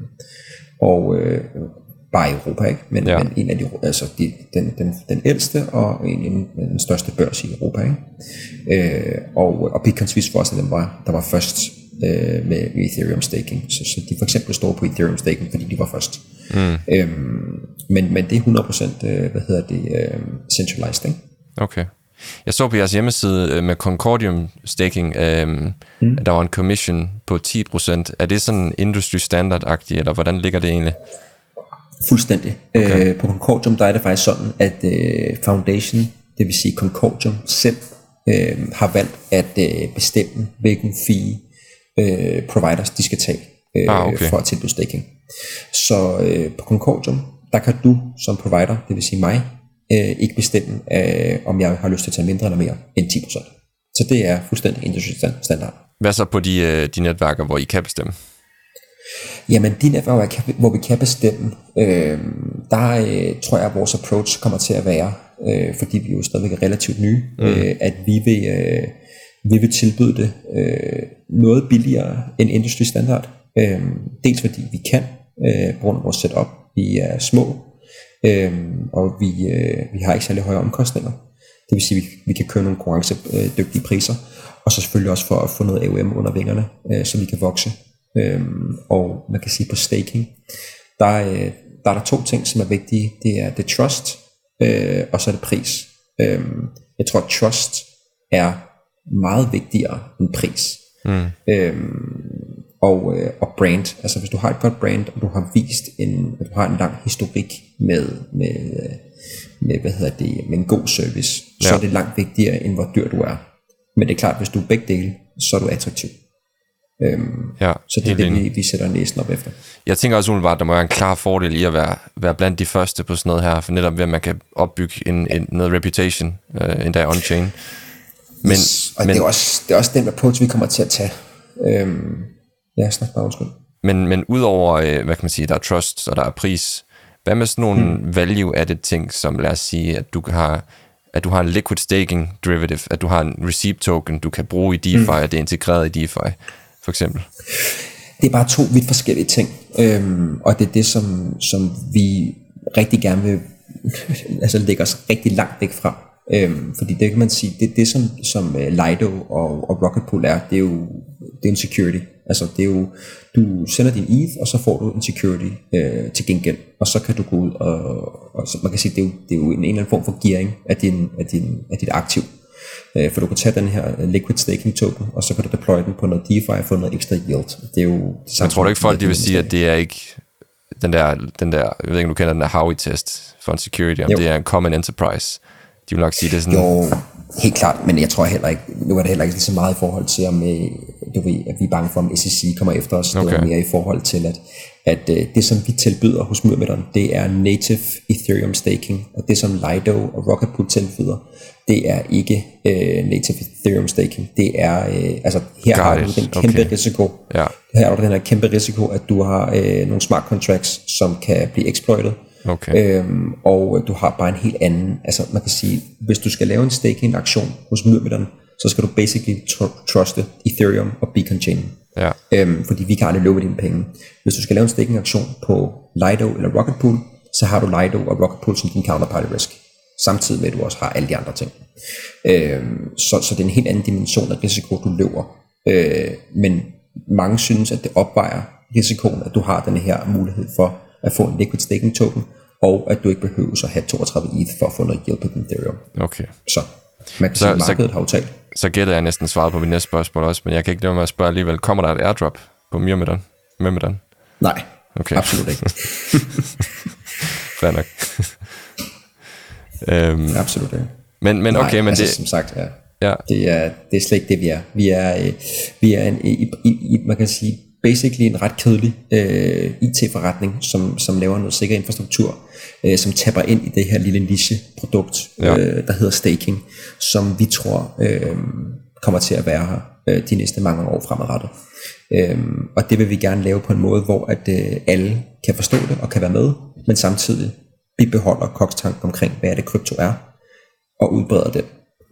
og øh, bare i Europa, ikke? Men, ja. men en af de, altså de, den, den, den ældste og en, en, den største børs i Europa, ikke? Øh, og, og Bitcoin Swiss for os, der var, der var først øh, med Ethereum staking, så, så de for eksempel står på Ethereum staking, fordi de var først. Mm. Øhm, men, men det er hundrede procent, øh, hvad hedder det, øh, centralized, ikke? Okay. Jeg så på jeres hjemmeside med Concordium staking, øhm, mm. der var en commission på ti procent. Er det sådan industry standard-agtigt, eller hvordan ligger det egentlig? Fuldstændig. Okay. Øh, på Concordium, der er det faktisk sådan, at øh, Foundation, det vil sige Concordium selv, øh, har valgt at øh, bestemme, hvilken fee øh, providers de skal tage øh, ah, okay. for at tilbyde staking. Så øh, på Concordium, der kan du som provider, det vil sige mig, øh, ikke bestemme, øh, om jeg har lyst til at tage mindre eller mere end ti procent. Så det er fuldstændig industry standard. Hvad så på de, øh, de netværker, hvor I kan bestemme? Jamen, de netværker, hvor vi kan bestemme, øh, der øh, tror jeg, at vores approach kommer til at være, øh, fordi vi jo stadigvæk er relativt nye, mm. øh, at vi vil, øh, vi vil tilbyde det øh, noget billigere end industry standard. Øh, dels fordi vi kan, øh, på grund af vores setup, vi er små, øh, og vi, øh, vi har ikke særlig høje omkostninger. Det vil sige, at vi, vi kan køre nogle konkurrencedygtige priser, og så selvfølgelig også for at få noget A U M under vingerne, øh, så vi kan vokse. Øhm, og man kan sige på staking, der er, der er der to ting, som er vigtige. Det er det trust, øh, og så er det pris. Øhm, jeg tror, at trust er meget vigtigere end pris. Mm. Øhm, og, øh, og brand. Altså hvis du har et godt brand, og du har vist en, at du har en lang historik med, med, med, hvad hedder det, med en god service, ja. Så er det langt vigtigere, end hvor dyr du er. Men det er klart, hvis du er begge dele, så er du attraktiv. Øhm, ja, så det er det, vi, vi sætter næsen op efter. Jeg tænker også umiddelbart, at der må være en klar fordel i at være, være blandt de første på sådan noget her, for netop ved, at man kan opbygge en, en, noget reputation, øh, endda on-chain. Men, yes, og men, det, er også, det er også den approach, vi kommer til at tage. Øhm, ja, snak bare undskyld. Men, men udover, øh, hvad kan man sige, der er trust, og der er pris, hvad med sådan nogle hmm. value-added ting, som lad os sige, at du har... at du har en liquid staking derivative, at du har en receipt token, du kan bruge i DeFi, hmm. og det er integreret i DeFi, for eksempel? Det er bare to vidt forskellige ting, øhm, og det er det, som, som vi rigtig gerne vil altså lægge os rigtig langt væk fra. Øhm, fordi det kan man sige, det er det, som, som Lido og, og Rocket Pool er, det er jo det er en security. Altså det er jo, du sender din E T H, og så får du en security øh, til gengæld, og så kan du gå ud og, og så man kan sige, det er jo, det er jo en, en eller anden form for gearing af, din, af, din, af dit aktiv. Øh, for du kan tage den her liquid staking token, og så kan du deploy den på noget DeFi og få noget ekstra yield. Det er jo det jeg tror du ikke folk, de vil sige, at det er ikke den der, den der, jeg ved ikke, om du kender den der Howey-test for en security, om jo. Det er en common enterprise. De vil nok sige, det er sådan... Jo, helt klart, men jeg tror heller ikke, nu er det heller ikke så meget i forhold til, om du ved, at vi er bange for, om S E C kommer efter os. Okay. Det er mere i forhold til, at, at det, som vi tilbyder hos Myrmidon, det er native Ethereum staking, og det, som Lido og Rocket Pool tilbyder, det er ikke uh, native Ethereum staking. Det er, uh, altså her Got har du it. den kæmpe okay. risiko. Ja. Her har du den her kæmpe risiko, at du har uh, nogle smart contracts, som kan blive exploited. Okay. Øhm, og du har bare en helt anden, altså man kan sige, hvis du skal lave en staking aktion hos Myrmidon, så skal du basically tr- truste Ethereum og Beacon Chain. Ja. Øhm, fordi vi kan aldrig love dine penge. Hvis du skal lave en staking aktion på Lido eller Rocket Pool, så har du Lido og Rocket Pool som din counterparty risk, samtidig med at du også har alle de andre ting. Øhm, så, så det er en helt anden dimension af risiko, du løber. Øh, men mange synes, at det opvejer risikoen, at du har den her mulighed for at få en liquid staking token, og at du ikke behøver at have toogtredive E T H for at få noget yield på din Ethereum. Okay. Så man kan så, sige, markedet så, har jo talt. Så gætter jeg næsten svaret på mit næste spørgsmål også, men jeg kan ikke lade mig at spørge alligevel, kommer der et airdrop på Myrmidon? Myrmidon? Nej, okay. Absolut ikke. Fair nok. um, absolut ikke. Men, men okay, Nej, men altså, det... som sagt, ja. Ja. Det, er, det er slet ikke det, vi er. Vi er, øh, vi er en, i, i, man kan sige, basically en ret kedelig øh, I T-forretning, som, som laver noget sikker infrastruktur, øh, som tapper ind i det her lille niche-produkt, ja. øh, der hedder staking, som vi tror øh, kommer til at være her øh, de næste mange år fremadrettet. Øhm, og det vil vi gerne lave på en måde, hvor at øh, alle kan forstå det og kan være med, men samtidig vi beholder kogstanken omkring, hvad det krypto er, og udbreder det.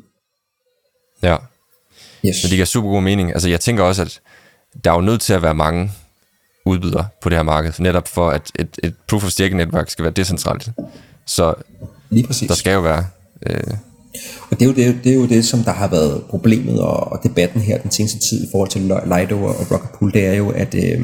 Ja, yes. Men det giver super god mening. Altså jeg tænker også, at der er jo nødt til at være mange udbydere på det her marked, netop for at et, et proof of stake netværk skal være decentralt. Så lige præcis. Der skal jo være... Øh... Og det er, jo det, det er jo det, som der har været problemet og, og debatten her den seneste tid i forhold til Lido og Rocket Pool, det er jo, at, øh,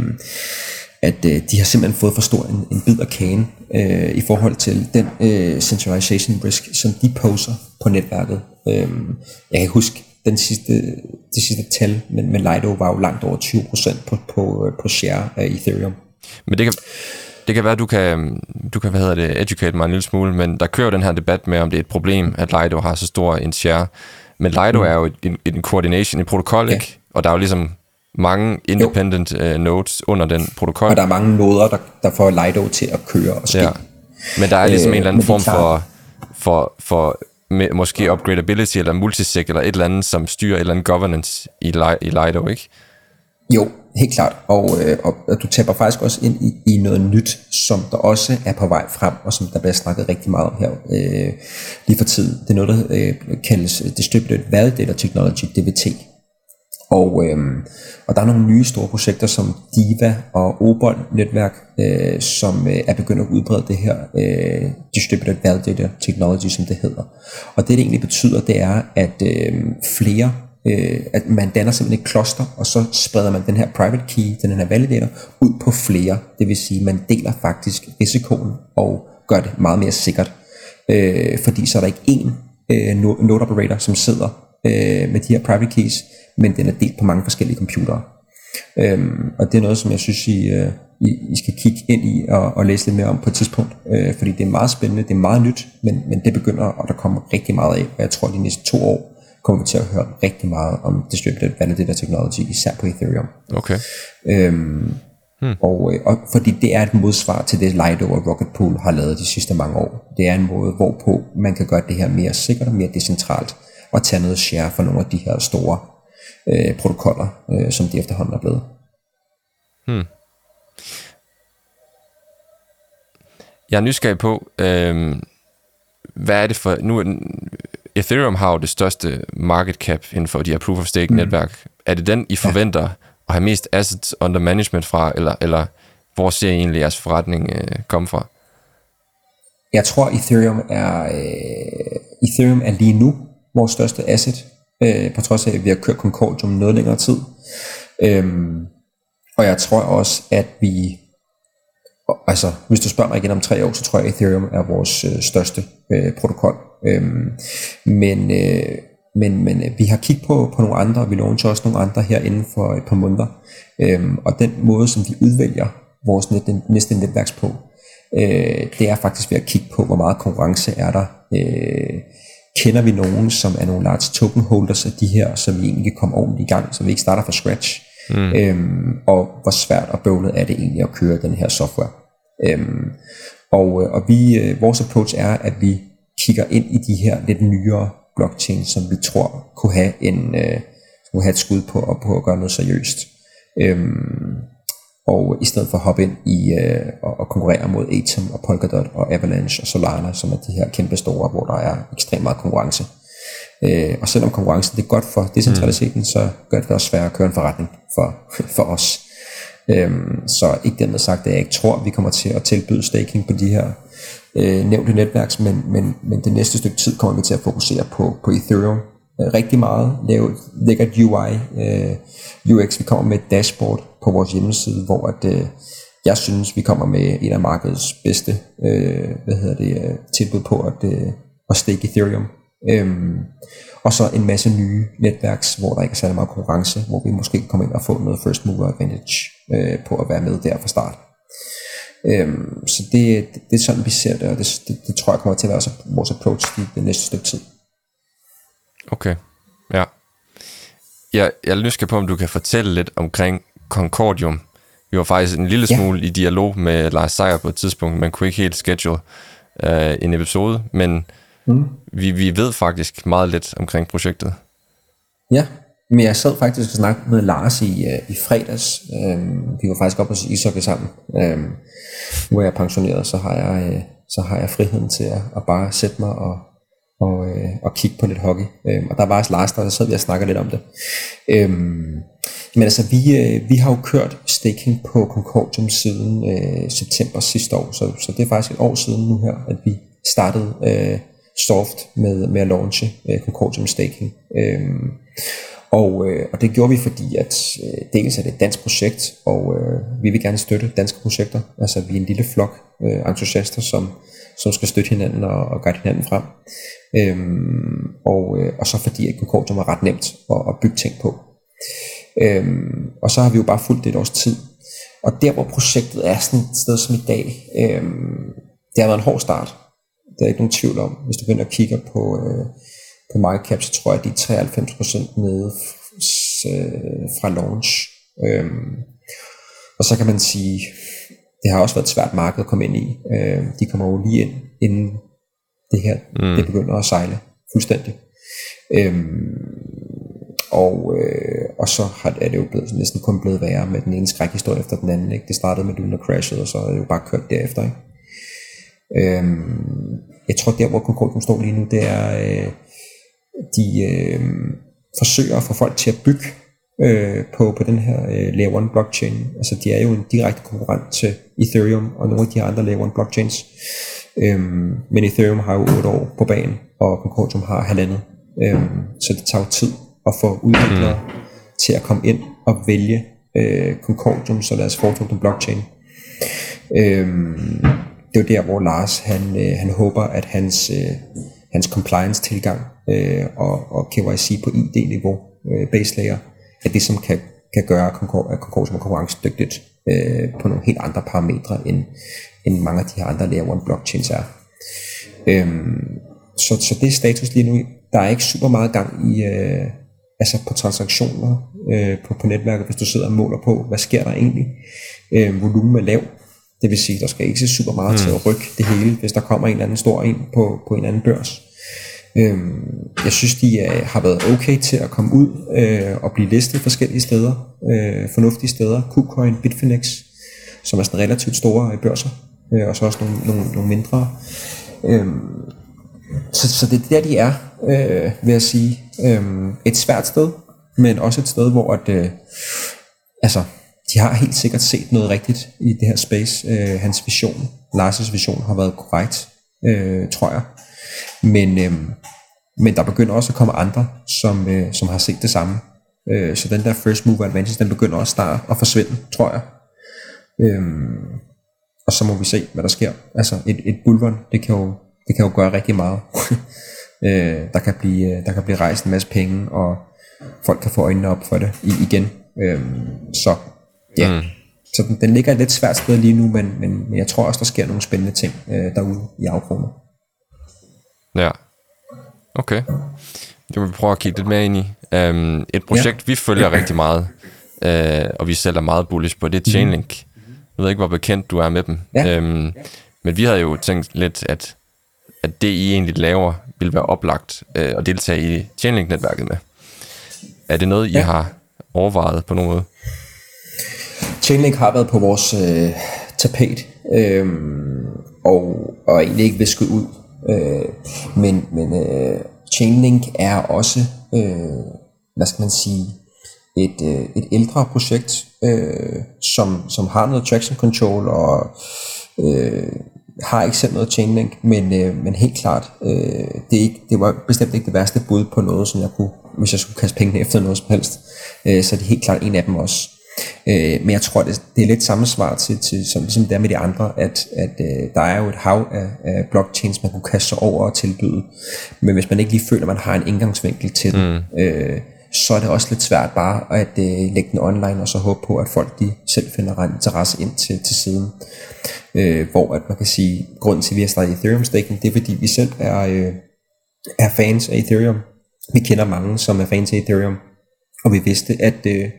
at øh, de har simpelthen fået for stor en, en bid af kagen øh, i forhold til den øh, centralization risk, som de poser på netværket. Øh, jeg kan huske, den sidste, det sidste tal, men, men Lido var jo langt over tyve procent på, på, på share af Ethereum. Men det kan... Det kan være, at du kan, du kan hvad hedder det, educate mig en lille smule, men der kører den her debat med, om det er et problem, at Lido har så stor en share. Men Lido mm. er jo en, en coordination, en protokol, ja. Ikke? Og der er jo ligesom mange independent uh, nodes under den protokol. Og der er mange noder, der, der får Lido til at køre og ske. Ja. Men der er ligesom øh, en eller anden form for, for, for med, måske upgradability eller multisig eller et eller andet, som styrer et eller andet governance i, i Lido, ikke? Jo, helt klart, og, øh, og, og du taber faktisk også ind i, i noget nyt, som der også er på vej frem, og som der bliver snakket rigtig meget om her øh, lige for tiden. Det er noget, der øh, kaldes Distributed Validator Technology, D V T. Og, øh, og der er nogle nye store projekter som DIVA og Obol-netværk, øh, som øh, er begyndt at udbrede det her øh, Distributed Validator Technology, som det hedder. Og det, det egentlig betyder, det er, at øh, flere at man danner simpelthen et kloster, og så spreder man den her private key, den her validator, ud på flere. Det vil sige, man deler faktisk risikoen og gør det meget mere sikkert. Øh, fordi så er der ikke én øh, node operator, som sidder øh, med de her private keys, men den er delt på mange forskellige computere. Øh, og det er noget, som jeg synes, I, øh, I, I skal kigge ind i og, og læse lidt mere om på et tidspunkt. Øh, fordi det er meget spændende, det er meget nyt, men, men det begynder, og der kommer rigtig meget af, og jeg tror, de næste to år kommer vi til at høre rigtig meget om Distributed Validator Technology, især på Ethereum. Okay. Øhm, hmm. og, og fordi det er et modsvar til det, Lido og Rocket Pool har lavet de sidste mange år. Det er en måde, hvorpå man kan gøre det her mere sikkert og mere decentralt, og tage noget share for nogle af de her store øh, protokoller, øh, som de efterhånden er blevet. Hmm. Jeg er nysgerrig på, øh, hvad er det for... Nu Ethereum har jo det største market cap inden for de her proof of stake netværk. Mm. Er det den, I forventer ja. at have mest assets under management fra, eller, eller hvor ser I egentlig jeres forretning øh, komme fra? Jeg tror, Ethereum er, øh, Ethereum er lige nu vores største asset, øh, på trods af, at vi har kørt Concordium noget længere tid. Øhm, og jeg tror også, at vi... Altså, hvis du spørger mig igen om tre år, så tror jeg, at Ethereum er vores øh, største øh, protokol. Øhm, men, øh, men, men vi har kigget på, på nogle andre, og vi launcher også nogle andre her inden for et par måneder. Øhm, og den måde, som vi udvælger vores net, næste netværks på, øh, det er faktisk ved at kigge på, hvor meget konkurrence er der. Øh, kender vi nogen, som er nogle large token holders af de her, så vi egentlig kan komme ordentligt i gang, så vi ikke starter fra scratch. Mm. Øhm, og hvor svært og bøvlet er det egentlig at køre den her software. Øhm, og, og vi, vores approach er, at vi kigger ind i de her lidt nyere blockchain, som vi tror kunne have, en, øh, kunne have et skud på, og på at gøre noget seriøst. Øhm, og i stedet for at hoppe ind i øh, og, og konkurrere mod Atom og Polkadot og Avalanche og Solana, som er de her kæmpe store, hvor der er ekstremt meget konkurrence. Øh, og selvom konkurrencen det er godt for decentraliteten, mm. så gør det også svært at køre en forretning for, for os. Øhm, så ikke dermed sagt, at jeg ikke tror, at vi kommer til at tilbyde staking på de her øh, nævnte netværks, men, men, men det næste stykke tid kommer vi til at fokusere på, på Ethereum øh, rigtig meget, lave et lækkert U I, øh, U X. Vi kommer med et dashboard på vores hjemmeside, hvor at, øh, jeg synes, vi kommer med en af markedets bedste øh, hvad hedder det, øh, tilbud på at, øh, at stake Ethereum. Øhm, og så en masse nye netværks, hvor der ikke er særlig meget konkurrence, hvor vi måske kan komme ind og få noget first mover advantage øh, på at være med der fra start. Øhm, så det, det, det er sådan vi ser det, og det, det, det tror jeg kommer til at være også vores approach i det næste stykke tid. Okay, ja. Jeg, jeg er nysgerrig på, om du kan fortælle lidt omkring Concordium. Vi var faktisk en lille smule ja. i dialog med Lars Seier på et tidspunkt, man kunne ikke helt schedule øh, en episode, men Mm. Vi, vi ved faktisk meget lidt omkring projektet. Ja, Men jeg sad faktisk og snakkede med Lars i, uh, i fredags. Øhm, vi var faktisk oppe hos ishockey sammen. Øhm, nu er jeg pensioneret, så har jeg, uh, så har jeg friheden til at, at bare sætte mig og, og, uh, og kigge på lidt hockey. Øhm, og der var også Lars, der sad vi og snakker lidt om det. Øhm, men altså, vi, uh, vi har jo kørt staking på Concordium siden uh, september sidste år. Så, så det er faktisk et år siden nu her, at vi startede uh, soft med, med at launche uh, Concordium staking. Øhm, Og, øh, og det gjorde vi, fordi at øh, dels er det et dansk projekt, og øh, vi vil gerne støtte danske projekter. Altså vi er en lille flok øh, entusiaster, som, som skal støtte hinanden og, og guide hinanden frem. Øhm, og, øh, og så fordi at Concordium er ret nemt at, at bygge ting på. Øhm, og så har vi jo bare fulgt det et års tid. Og der hvor projektet er sådan et sted som i dag, øh, det har været en hård start. Der er ikke nogen tvivl om, hvis du begynder at kigge på... Øh, På market cap, så tror jeg, at de er treoghalvfems procent nede fra launch. Øhm, og så kan man sige, det har også været et svært marked at komme ind i. Øhm, de kommer jo lige ind, inden det her mm. det begynder at sejle fuldstændig. Øhm, og, øh, og så er det jo blevet, næsten kun blevet værre med den ene skrækhistorie efter den anden. Ikke? Det startede med Luna crashet, og så er det jo bare kørt derefter. Ikke? Øhm, jeg tror, der hvor Concordium står lige nu, det er... Øh, de øh, forsøger at få folk til at bygge øh, på, på den her øh, layer one blockchain. Altså de er jo en direkte konkurrent til Ethereum og nogle af de andre layer one blockchains. Øhm, men Ethereum har jo otte år på banen, og Concordium har halvandet. Øhm, så det tager jo tid at få udviklere mm. til at komme ind og vælge øh, Concordium, så deres foretrukne blockchain. Øhm, det er jo der, hvor Lars han, øh, han håber, at hans... Øh, hans compliance tilgang øh, og, og K Y C på I D-niveau, øh, base layer, er det, som kan, kan gøre Concordium konkurrencedygtigt øh, på nogle helt andre parametre, end, end mange af de her andre layer one blockchains er. Øhm, så, så det er status lige nu. Der er ikke super meget gang i, øh, altså på transaktioner øh, på, på netværket, hvis du sidder og måler på, hvad sker der egentlig? Øh, volumen er lav. Det vil sige, der skal ikke se super meget mm. til at rykke det hele, hvis der kommer en eller anden stor en på, på en anden børs. Øhm, jeg synes, de er, har været okay til at komme ud øh, og blive listet forskellige steder, øh, fornuftige steder. KuCoin, Bitfinex, som er sådan relativt store børser, øh, og så også nogle, nogle, nogle mindre. Øhm, så, så det er der, de er, øh, vil jeg sige. Øhm, et svært sted, men også et sted, hvor at, øh, altså... de har helt sikkert set noget rigtigt i det her space. Øh, hans vision, Lars' vision, har været korrekt, øh, tror jeg. Men, øh, men der begynder også at komme andre, som, øh, som har set det samme. Øh, så den der first mover advantage, den begynder også snart at forsvinde, tror jeg. Øh, og så må vi se, hvad der sker. Altså et, et bullrun, det kan jo, det kan jo gøre rigtig meget. øh, der, kan blive, der kan blive rejst en masse penge, og folk kan få øjnene op for det igen. Øh, så Ja, mm. så den, den ligger et lidt svært sted lige nu, men, men, men jeg tror også, der sker nogle spændende ting øh, derude i afkroner. Ja, okay. Det vil vi prøve at kigge lidt mere ind i. Um, et projekt, ja. vi følger rigtig meget, uh, og vi selv er meget bullish på, det er Chainlink. Jeg ved ikke, hvor bekendt du er med dem. Ja. Um, men vi havde jo tænkt lidt, at, at det I egentlig laver, ville være oplagt uh, at deltage i Chainlink-netværket med. Er det noget, I ja. har overvejet på nogen måde? Chainlink har været på vores øh, tapet, øh, og, og egentlig ikke visket ud. Øh, men men øh, Chainlink er også, øh, hvad skal man sige, et, øh, et ældre projekt, øh, som, som har noget traction control, og øh, har ikke selv noget Chainlink, men, øh, men helt klart, øh, det, er ikke, det var bestemt ikke det værste bud på noget, som jeg kunne, hvis jeg skulle kaste pengene efter noget som helst. Øh, så det er helt klart en af dem også. Øh, men jeg tror, det, det er lidt samme svar til, til som ligesom det er med de andre, at, at øh, der er jo et hav af, af blockchains, man kunne kaste sig over og tilbyde. Men hvis man ikke lige føler, at man har en indgangsvinkel til den, mm. øh, så er det også lidt svært bare at øh, lægge den online, og så håbe på, at folk de selv finder en interesse ind til, til siden. Øh, hvor at man kan sige, grunden til, at vi har startet Ethereum staking, det er fordi, vi selv er, øh, er fans af Ethereum. Vi kender mange, som er fans af Ethereum, og vi vidste, at øh,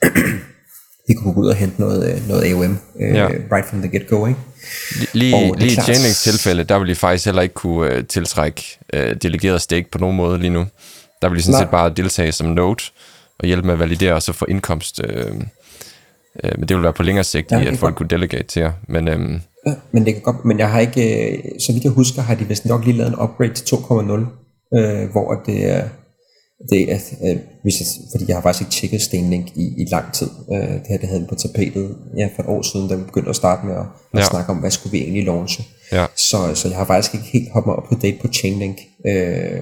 vi kunne gå ud og hente noget, noget A O M øh, ja. right from the get-go, ikke? Lige, lige i Chainlinks tilfælde, der vil I faktisk heller ikke kunne uh, tiltrække uh, delegeret stake på nogen måde lige nu. Der vil I sådan Nej. set bare deltage som node, at hjælpe med at validere og så få indkomst. Øh, øh, men det vil være på længere sigt, ja, i at folk godt kunne delegate til jer. Men, øh, ja, men det kan godt, men jeg har ikke, øh, så vidt jeg husker, har de vist nok lige lavet en upgrade til to komma nul, øh, hvor det er, det er øh, hvis jeg, fordi jeg har faktisk ikke tjekket Stenlink i, i lang tid. Øh, det her, det havde vi på tapetet ja, for et år siden, da vi begyndte at starte med at, at ja. snakke om, hvad skulle vi egentlig launche. Ja. Så, så jeg har faktisk ikke helt hoppet mig op på date på Chainlink. Øh,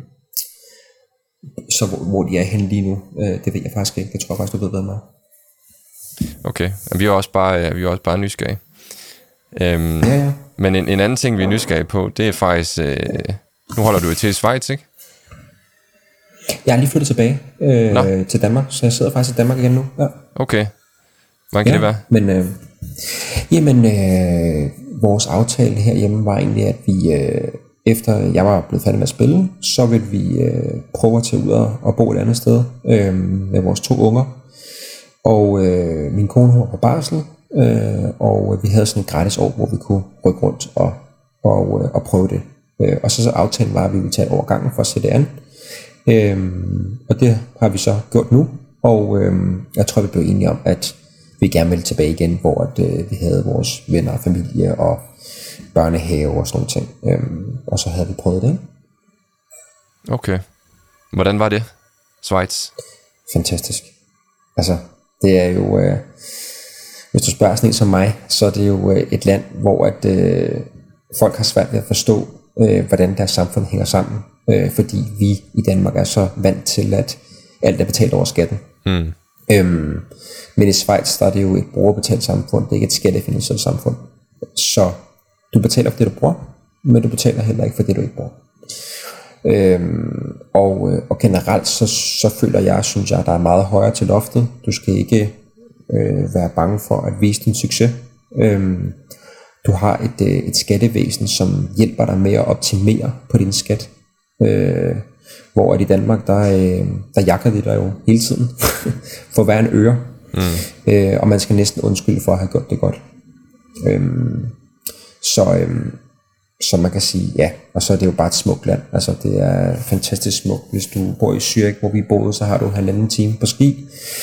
så hvor, hvor de er henne lige nu, øh, det ved jeg faktisk ikke. Det tror jeg faktisk, du ved bedre med. Okay, vi er også bare, vi er også bare nysgerrige. Øhm, ja, ja. Men en, en anden ting, vi er nysgerrige på, det er faktisk, øh, nu holder du til i Schweiz, ikke? Jeg er lige flyttet tilbage øh, til Danmark, så jeg sidder faktisk i Danmark igen nu. Ja. Okay, hvordan kan ja, det være? Men, øh, jamen, øh, vores aftale herhjemme var egentlig, at vi, øh, efter jeg var blevet færdig med at spille, så ville vi øh, prøve at tage ud og, og bo et andet sted øh, med vores to unger. Og øh, min kone var på barsel, øh, og vi havde sådan et gratis år, hvor vi kunne rykke rundt og, og, øh, og prøve det. Øh, og så, så aftalen var, at vi ville tage et år gangen for at sætte det an. Øhm, og det har vi så gjort nu, og øhm, jeg tror vi blev enige om, at vi gerne ville tilbage igen, hvor at, øh, vi havde vores venner og familie og børnehave og sådan noget ting, øhm, og så havde vi prøvet det, ikke? Okay, hvordan var det, Schweiz? Fantastisk. Altså, det er jo, øh, hvis du spørger sådan en som mig, så er det jo øh, et land, hvor at, øh, folk har svært ved at forstå, øh, hvordan deres samfund hænger sammen. Øh, fordi vi i Danmark er så vant til, at alt er betalt over skatten. Mm. Øhm, men i Schweiz, der er det jo et brugerbetalt samfund, det er ikke et skattefinansieret samfund. Så du betaler for det, du bruger, men du betaler heller ikke for det, du ikke bruger. Øhm, og, og generelt, så, så føler jeg, synes jeg, der er meget højere til loftet. Du skal ikke øh, være bange for at vise din succes. Øhm, du har et, et skattevæsen, som hjælper dig med at optimere på din skat. Øh, hvor at i Danmark der, øh, der jakker de der jo hele tiden for hver en øre, mm. øh, og man skal næsten undskylde for at have gjort det godt. øh, så, øh, så man kan sige ja, og så er det jo bare et smukt land. Altså det er fantastisk smukt. Hvis du bor i Zürich, hvor vi boede, så har du halvanden time på ski,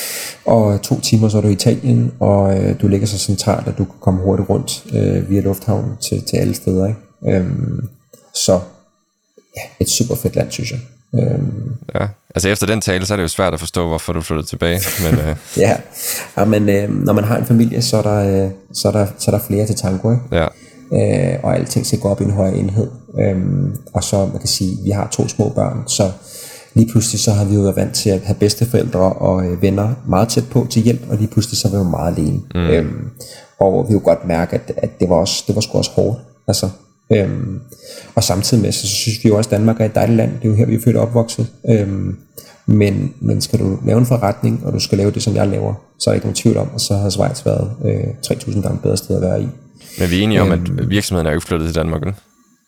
og to timer så er du i Italien, og øh, du ligger så centralt, at du kan komme hurtigt rundt øh, via lufthavnen til, til alle steder, ikke? Øh, så ja, et super fedt land, synes jeg. Øhm. Ja, altså efter den tale, så er det jo svært at forstå, hvorfor du flyttede tilbage. Men, øh. ja, ja, men øh, når man har en familie, så er der, øh, så er der, så er der flere til tango, ikke? Ja. Øh, og alting skal gå op i en højere enhed. Øhm, og så, man kan sige, vi har to små børn, så lige pludselig så har vi jo været vant til at have bedsteforældre og øh, venner meget tæt på til hjælp, og lige pludselig så var vi jo meget alene. Mm. Øhm, og vi kunne godt mærke, at, at det var også, det var sgu også hårdt. Altså, Øhm, og samtidig med, så synes vi jo også, at Danmark er et dejligt land. Det er jo her, vi er født og opvokset. øhm, men, men skal du lave en forretning, og du skal lave det, som jeg laver, så er der ikke nogen tvivl om, og så har Schweiz været øh, tre tusind gange bedre sted at være i. Men vi er enige om, øhm, at virksomheden er jo ikke flyttet til Danmark, eller?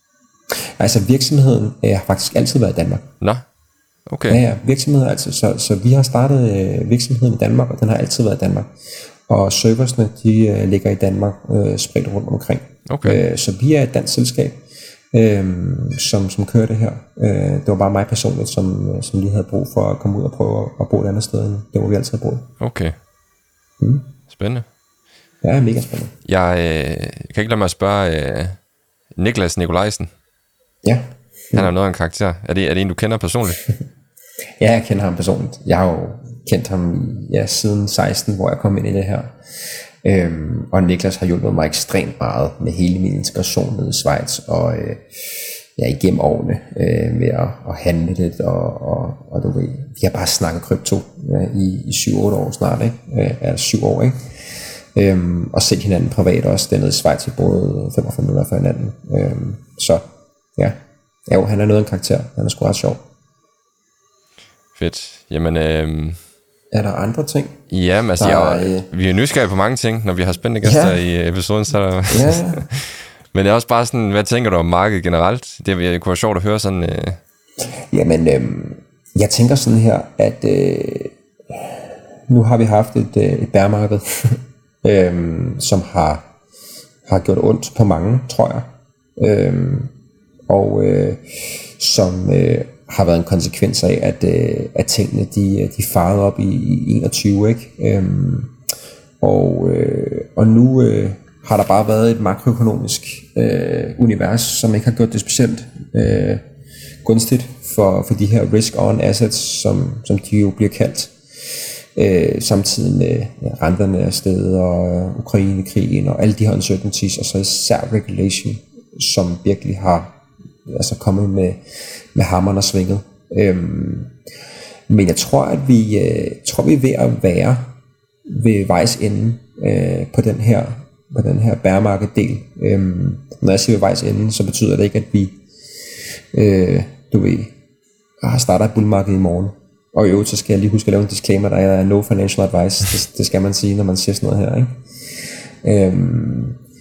Altså virksomheden øh, har faktisk altid været i Danmark. Nå, okay. Ja, ja, virksomheden altså, så, så vi har startet øh, virksomheden i Danmark, og den har altid været i Danmark. Og serversne, de øh, ligger i Danmark, øh, spredt rundt omkring. Okay. Øh, så vi er et dansk selskab, øh, som, som kører det her. Øh, det var bare mig personligt, som, som lige havde brug for at komme ud og prøve at, at bo et andet sted, end det hvor vi altid har boet. Okay. Mm. Spændende. Ja, mega spændende. Jeg øh, kan ikke lade mig at spørge øh, Niklas Nikolajsen. Ja. Han er noget af en karakter. Er det, er det en, du kender personligt? Ja, jeg kender ham personligt. Jeg har jo kendt ham i, ja, siden seksten, hvor jeg kom ind i det her. Øhm, og Niklas har hjulpet mig ekstremt meget med hele min integration nede i Schweiz, og øh, ja, igennem årene øh, med at, at handle lidt, og, og, og du ved, vi har bare snakket krypto ja, i, i syv otte år snart, ikke? Øh, altså syv år, ikke? Øhm, og set hinanden privat også, dernede i Schweiz, vi boede femogfyrre minutter for hinanden. Øhm, så ja, ja jo, han er noget af en karakter, han er sgu ret sjov. Fedt. Jamen, øh... er der andre ting? Ja, men altså, der, jeg, øh... vi er nysgerrige på mange ting, når vi har spændende gæster ja. i episoden. Så der... ja. Men det er også bare sådan, hvad tænker du om markedet generelt? Det kunne være sjovt at høre sådan... Øh... Jamen, øh, jeg tænker sådan her, at øh, nu har vi haft et, øh, et bærmarked, øh, som har, har gjort ondt på mange, tror jeg. Øh, og øh, som øh, har været en konsekvens af, at, øh, at tingene de, de farede op i, i enogtyve, ikke? Øhm, og, øh, og nu øh, har der bare været et makroøkonomisk øh, univers, som ikke har gjort det specielt øh, gunstigt for, for de her risk-on assets, som, som de jo bliver kaldt. Øh, samtidig med ja, renterne af sted og Ukraine-krigen og alle de her uncertainties, og så især regulation, som virkelig har altså kommet med, med hammeren og svinget. Øhm, men jeg tror, at vi øh, tror, vi er ved at være ved vejs ende øh, på den her på den her bear market del. Øhm, når jeg siger ved vejs ende, så betyder det ikke, at vi øh, du ved, har startet et bullmarked i morgen. Og i øvrigt, så skal jeg lige huske at lave en disclaimer, der er no financial advice. Det, det skal man sige, når man siger sådan noget her, ikke? Øhm,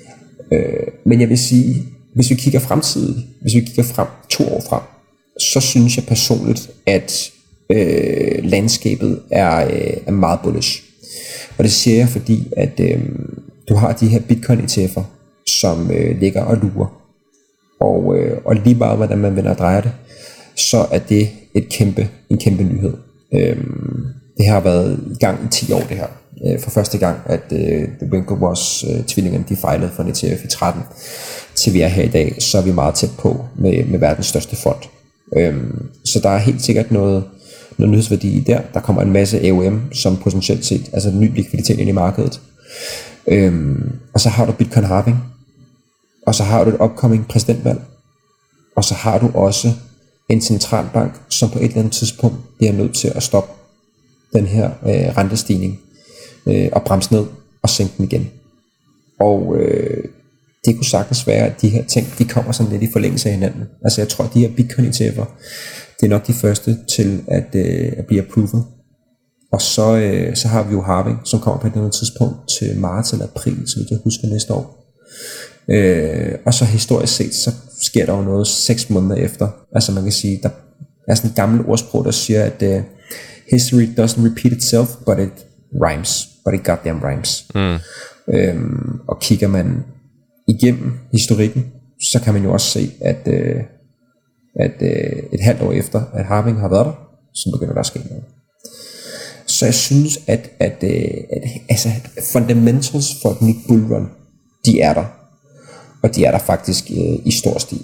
øh, men jeg vil sige, hvis vi kigger fremtidigt, hvis vi kigger frem to år frem, så synes jeg personligt, at øh, landskabet er, øh, er meget bullish. Og det siger jeg, fordi at øh, du har de her Bitcoin E T F'er, som øh, ligger og lurer. Og, øh, og lige meget, hvordan man vender og drejer det, så er det et kæmpe, en kæmpe nyhed. Øhm, det har været i gang i ti år, det her. Øh, for første gang, at øh, The Winklevoss øh, tvillingerne, de fejlede for en E T F i tretten, til vi er her i dag, så er vi meget tæt på med, med verdens største fond. Øhm, så der er helt sikkert noget, noget nyhedsværdi i der. Der kommer en masse A U M, som potentielt set, altså ny likviditet ind i markedet. Øhm, og så har du Bitcoin halving, og så har du et upcoming præsidentvalg, og så har du også en centralbank, som på et eller andet tidspunkt bliver nødt til at stoppe den her øh, rentestigning øh, og bremse ned og sænke den igen. Og øh, det kunne sagtens være, at de her ting, de kommer sådan lidt i forlængelse af hinanden. Altså jeg tror, at de her Bitcoin E T F'er, det er nok de første til at, øh, at blive approved. Og så, øh, så har vi jo halving, som kommer på et eller andet tidspunkt til marts eller april, så vidt jeg husker næste år. Øh, og så historisk set, så sker der jo noget seks måneder efter. Altså man kan sige, der er sådan et gammelt ordsprog, der siger, at uh, history doesn't repeat itself, but it rhymes. But it goddamn rhymes. Mm. Øhm, og kigger man igennem historikken, så kan man jo også se, at, uh, at uh, et halvt år efter, at halving har været der, så begynder der at ske noget. Så jeg synes, at, at, uh, at altså, fundamentals for et nyt bullrun, de er der. Og de er der faktisk øh, i stor stil.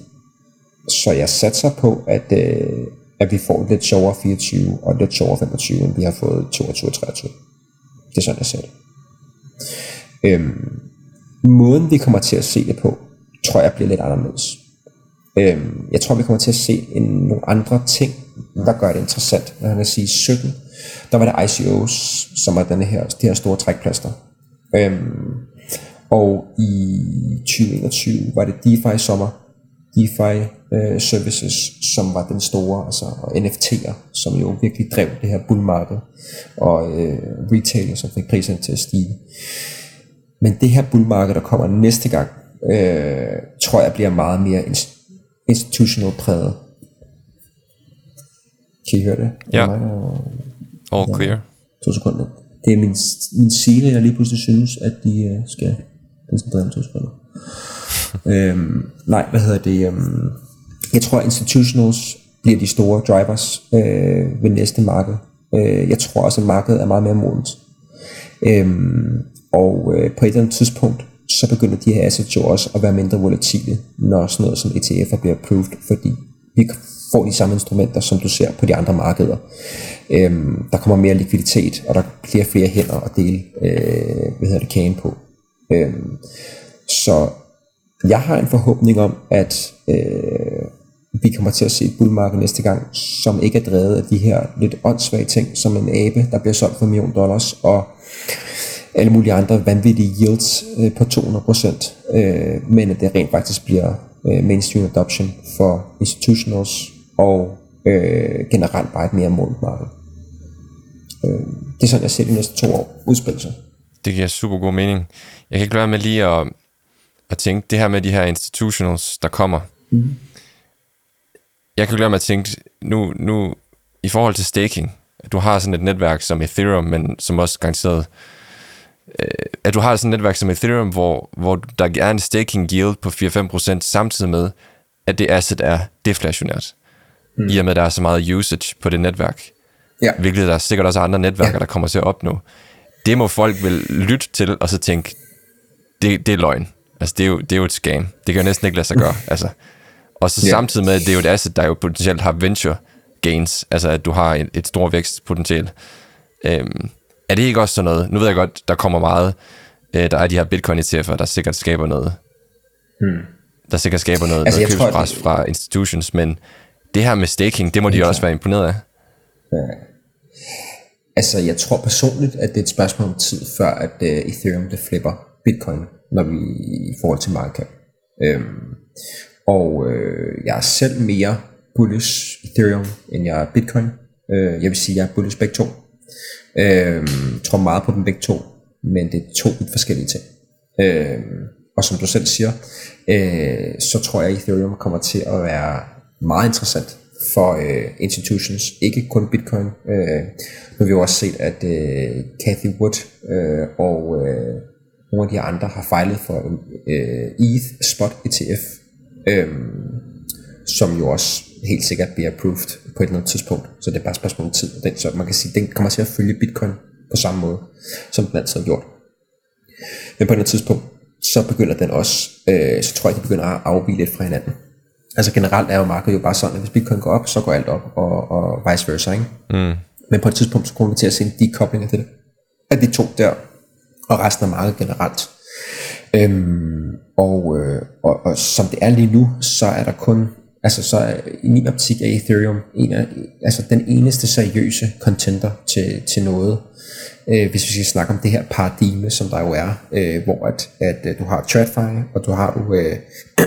Så jeg satser på, at, øh, at vi får lidt sjovere fireogtyve og lidt sjovere femogtyve, end vi har fået toogtyve og treogtyve. Det er sådan, jeg ser det. Øhm, måden vi kommer til at se det på, tror jeg bliver lidt anderledes. Øhm, jeg tror, vi kommer til at se en, nogle andre ting, der gør det interessant. Jeg kan sige sytten, der var det I C O's, som var denne her, de her store trækplaster. Øhm, Og i tyve enogtyve var det DeFi sommer, DeFi øh, services, som var den store, altså og N F T'er, som jo virkelig drev det her bullmarked, og øh, retailer, som fik priserne til at stige. Men det her bullmarked, der kommer næste gang, øh, tror jeg bliver meget mere institutional præget. Kan I høre det? Ja, all clear. To sekunder. Det er min, min sele, jeg lige pludselig synes, at de øh, skal... Den skal dreje om to sekunder. øhm, nej, hvad hedder det? Øhm, jeg tror, at institutionals bliver de store drivers øh, ved næste marked. Øh, jeg tror også, at markedet er meget mere modent. Øhm, og øh, på et eller andet tidspunkt, så begynder de her assets jo også at være mindre volatile, når sådan noget som E T F'er bliver approved, fordi vi får de samme instrumenter, som du ser på de andre markeder. Øhm, der kommer mere likviditet, og der bliver flere hænder at dele øh, hvad hedder det, kagen på. Øhm, så jeg har en forhåbning om, at øh, vi kommer til at se et bullmarked næste gang, som ikke er drevet af de her lidt åndssvage ting, som en abe, der bliver solgt for en million dollars, og alle mulige andre vanvittige yields øh, på to hundrede procent, øh, men at det rent faktisk bliver øh, mainstream adoption for institutionals, og øh, generelt bare et mere modent marked. Øh, det er sådan, jeg ser de næste to år udspille sig. Det giver super god mening. Jeg kan ikke lade med lige at, at tænke, det her med de her institutionals, der kommer. Mm. Jeg kan ikke lade med at tænke, nu, nu i forhold til staking, at du har sådan et netværk som Ethereum, men som også garanteret, øh, at du har sådan et netværk som Ethereum, hvor, hvor der er en staking yield på fire til fem procent, samtidig med, at det asset er deflationært. mm. i og med, at der er så meget usage på det netværk. Ja. Hvilket der er sikkert også andre netværker, ja. der kommer til at opnå. Det må folk vel lytte til, og så tænke, det, det er løgn. Altså, det er, jo, det er jo et scam. Det kan jo næsten ikke lade sig gøre. Altså. Og så yeah. samtidig med, at det er jo et asset, der jo potentielt har venture gains, altså at du har et, et stort vækstpotentiale. Øhm, er det ikke også sådan noget? Nu ved jeg godt, der kommer meget, øh, der er de her Bitcoin-E T F'er, der sikkert skaber noget, hmm. der sikkert skaber noget, altså, noget købspres det... fra institutions, men det her med staking, det må de det også være imponeret af. Ja. Altså, jeg tror personligt, at det er et spørgsmål om tid, før at uh, Ethereum det flipper Bitcoin, når vi i forhold til market cap. Øhm, og øh, jeg er selv mere bullish Ethereum, end jeg er Bitcoin. Øh, jeg vil sige, at jeg er bullish begge to. Øh, tror meget på dem begge to, men det er to vidt forskellige ting. Øh, og som du selv siger, øh, så tror jeg, at Ethereum kommer til at være meget interessant for øh, institutions, ikke kun Bitcoin. Øh, nu har vi jo også set, at øh, Cathie Wood øh, og øh, nogle af de andre har fejlet for øh, E T H Spot E T F, øh, som jo også helt sikkert bliver approved på et eller andet tidspunkt. Så det er bare et spørgsmål om tid. Den, så man kan sige, den kommer til at følge Bitcoin på samme måde, som den altid har gjort. Men på et eller andet tidspunkt, så begynder den også, øh, så tror jeg, de begynder at afvige lidt fra hinanden. Altså generelt er jo markedet jo bare sådan, at hvis Bitcoin går op, så går alt op, og, og vice versa, ikke? Mm. Men på et tidspunkt, så kommer vi til at se en dekobling af det, af de to der, og resten af markedet generelt. Øhm, og, øh, og, og som det er lige nu, så er der kun, altså så er, i min optik er Ethereum en af, altså den eneste seriøse contender til, til noget, øh, hvis vi skal snakke om det her paradigme, som der jo er, øh, hvor at, at, at du har TradFi, og du har du, øh,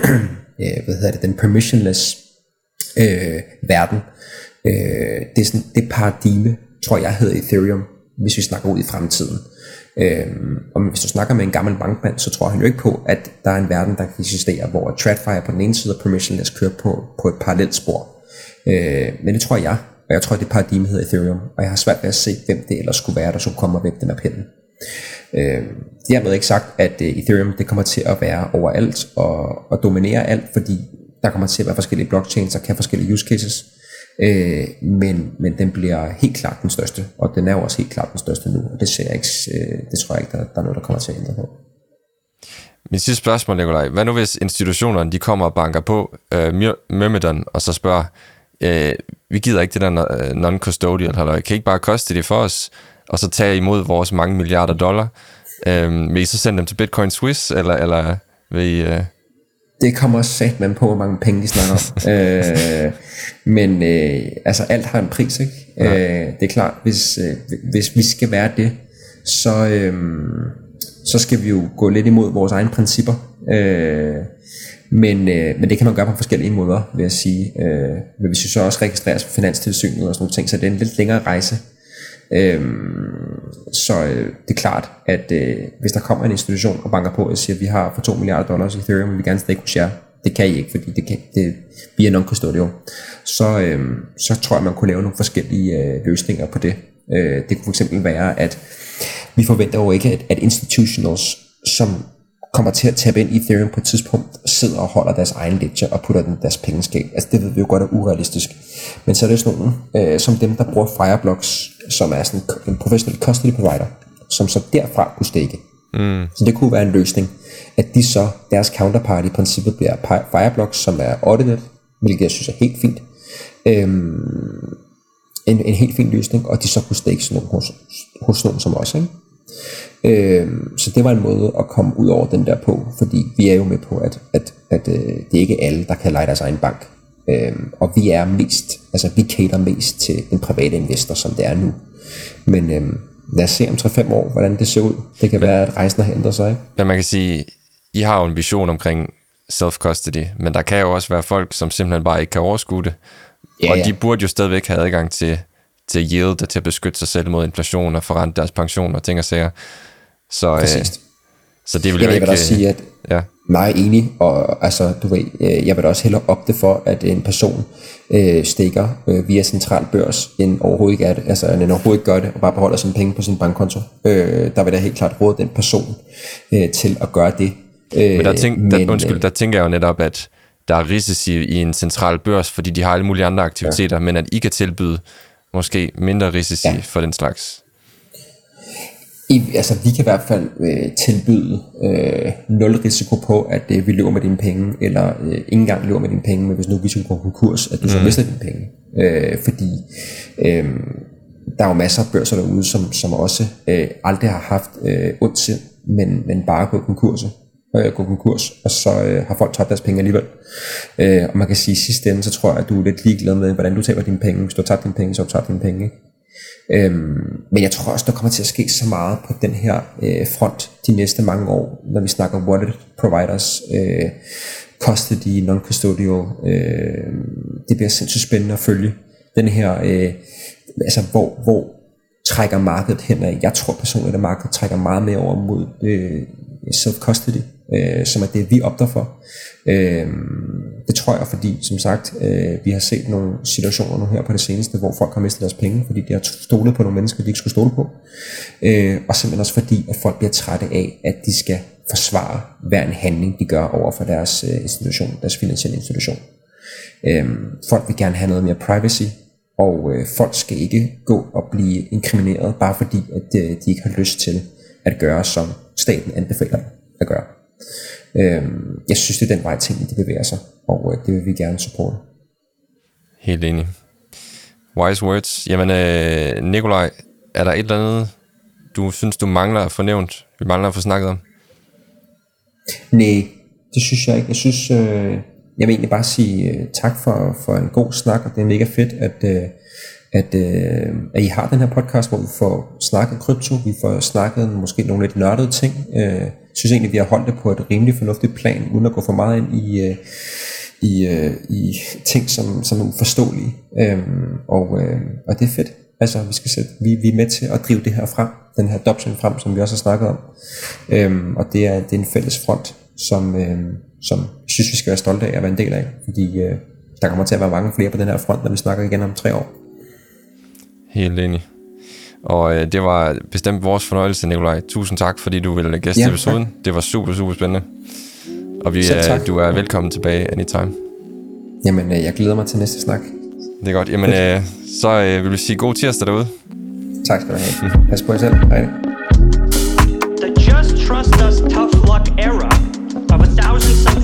øh, hvad hedder det, den permissionless øh, verden. Øh, det er sådan, det paradigme, tror jeg hedder Ethereum, hvis vi snakker ud i fremtiden. Øhm, og hvis du snakker med en gammel bankmand, så tror han jo ikke på, at der er en verden, der kan eksistere, hvor TradFi er på den ene side og permissionless kører på, på et parallelt spor. Øh, men det tror jeg, og jeg tror, det paradigme hedder Ethereum, og jeg har svært ved at se, hvem det ellers skulle være, der skulle komme og væk den af pinden. Øh, det har ikke sagt, at uh, Ethereum det kommer til at være overalt og, og dominere alt, fordi der kommer til at være forskellige blockchains, der kan have forskellige use cases. Øh, men, men den bliver helt klart den største, og den er jo også helt klart den største nu, og det ser jeg ikke, øh, det tror jeg ikke, der, der er noget, der kommer til at ændre på. Min sidste spørgsmål, Nikolaj. Hvad nu hvis institutionerne, de kommer og banker på øh, Myrmidon, og så spørger, øh, vi gider ikke det der non-custodial, eller kan I ikke bare koste det for os, og så tage imod vores mange milliarder dollar? Øh, vil I så sende dem til Bitcoin Swiss, eller, eller vil I... Øh Det kommer også sagt man på, hvor mange penge de snakker om. øh, men øh, altså alt har en pris, ikke? Ja. Øh, det er klart, hvis, øh, hvis vi skal være det, så, øh, så skal vi jo gå lidt imod vores egne principper. Øh, men, øh, men det kan man gøre på forskellige måder, vil jeg sige. Øh, men hvis vi så også registreres for Finanstilsynet og sådan nogle ting, så det er en lidt længere rejse. Øhm, så øh, det er klart, at øh, hvis der kommer en institution og banker på og siger, at vi har for to milliarder dollars i Ethereum, og vi gerne stake share, det kan I ikke, fordi det kan, det, vi er non-custodial, så, øh, så tror jeg, man kunne lave nogle forskellige øh, løsninger på det. Øh, det kunne fx være, at vi forventer jo ikke, at, at institutionals, som kommer til at tabe ind i Ethereum på et tidspunkt, sidder og holder deres egen ledger og putter den i deres pengeskab. Altså det ved vi jo godt er urealistisk. Men så er det sådan nogle, øh, som dem, der bruger Fireblocks, som er sådan en professional custody provider, som så derfra kunne stake. Mm. Så det kunne være en løsning, at de så, deres counterpart i princippet bliver Fireblocks, som er audited, hvilket jeg synes er helt fint. Øhm, en, en helt fin løsning, og de så kunne stake sådan nogle hos, hos nogen som os, ikke? Øhm, så det var en måde at komme ud over den der på, fordi vi er jo med på, at, at, at, at det er ikke alle, der kan lege deres egen bank. Øhm, og vi er mest, altså vi cater mest til den private investor, som det er nu. Men øhm, lad os se om tre til fem år, hvordan det ser ud. Det kan men, være, at rejsen har ændret sig. Ikke? Men man kan sige, I har jo en vision omkring self-custody, men der kan jo også være folk, som simpelthen bare ikke kan overskue det. Ja, og ja. De burde jo stadigvæk have adgang til til yield og til at beskytte sig selv mod inflation og forrente deres pension og ting og sager. Så, øh, så det vil jeg jo vil ikke... også sige, at ja. meget enig, og altså, du ved, jeg vil da også hellere opte for, at en person øh, stikker øh, via centralbørs, end overhovedet ikke er det, altså end overhovedet ikke gør det, og bare beholder sine penge på sin bankkonto. Øh, der vil da helt klart råde den person øh, til at gøre det. Øh, men der, tænk, der, men, undskyld, der tænker jeg jo netop, at der er risici i en central børs, fordi de har alle mulige andre aktiviteter, ja. Men at I kan tilbyde måske mindre risici ja. For den slags. I, altså vi kan i hvert fald øh, tilbyde øh, nul risiko på, at øh, vi løber med dine penge, eller øh, ikke engang løber med dine penge, men hvis nu vi skulle gå konkurs, at du så mm. mister dine penge. Øh, fordi øh, der er jo masser af børser derude, som, som også øh, aldrig har haft øh, ondt sind, men, men bare gået konkurser. Øh, gå konkurs, og så øh, har folk tabt deres penge alligevel. Øh, og man kan sige, at i sidste ende, så tror jeg, at du er lidt ligeglad med, hvordan du taber dine penge. Hvis du har tabt dine penge, så har du tabt dine penge, ikke? Øhm, men jeg tror også, der kommer til at ske så meget på den her øh, front de næste mange år, når vi snakker wallet providers, øh, custody, non-custodial. Øh, det bliver sindssygt spændende at følge den her, øh, altså hvor, hvor trækker markedet hen af. Jeg tror personligt, at markedet trækker meget mere over mod øh, self-custody, øh, som er det, vi opter for. Øh, det tror jeg, fordi som sagt, øh, vi har set nogle situationer nu her på det seneste, hvor folk har mistet deres penge, fordi de har stolet på nogle mennesker, de ikke skulle stole på. Øh, og simpelthen også fordi, at folk bliver trætte af, at de skal forsvare hver en handling, de gør over for deres øh, institution, deres finansielle institution. Øh, folk vil gerne have noget mere privacy, og øh, folk skal ikke gå og blive inkrimineret, bare fordi, at øh, de ikke har lyst til at gøre, som staten anbefaler at gøre. Øhm, jeg synes, det er den vej, tingene de bevæger sig, og øh, det vil vi gerne supporte. Helt enig. Wise words. Jamen, øh, Nikolaj, er der et eller andet, du synes, du mangler at få nævnt, vi mangler at få snakket om? Nej, det synes jeg ikke. Jeg synes, øh, jeg vil egentlig bare sige øh, tak for, for en god snak, og det er mega fedt, at, øh, at, øh, at I har den her podcast, hvor vi får snakket krypto, vi får snakket måske nogle lidt nørdede ting. Øh, Jeg synes egentlig, vi har holdt det på et rimelig fornuftigt plan, uden at gå for meget ind i, i, i ting, som, som er uforståelige. Øhm, og, øh, og det er fedt. Altså, vi, skal sætte, vi, vi er med til at drive det her frem, den her adoption frem, som vi også har snakket om. Øhm, og det er, det er en fælles front, som, øh, som jeg synes, vi skal være stolte af at være en del af. Fordi øh, der kommer til at være mange flere på den her front, når vi snakker igen om tre år. Helt enig. Og øh, det var bestemt vores fornøjelse, Nikolaj. Tusind tak, fordi du ville gæste ja, episoden. Tak. Det var super, super spændende. Og vi, øh, du er velkommen tilbage anytime. Jamen, øh, jeg glæder mig til næste snak. Det er godt. Jamen, øh, så øh, vil vi sige god tirsdag derude. Tak skal du have. Pas på jer selv. Hej. The just trust us tough luck era of a thousand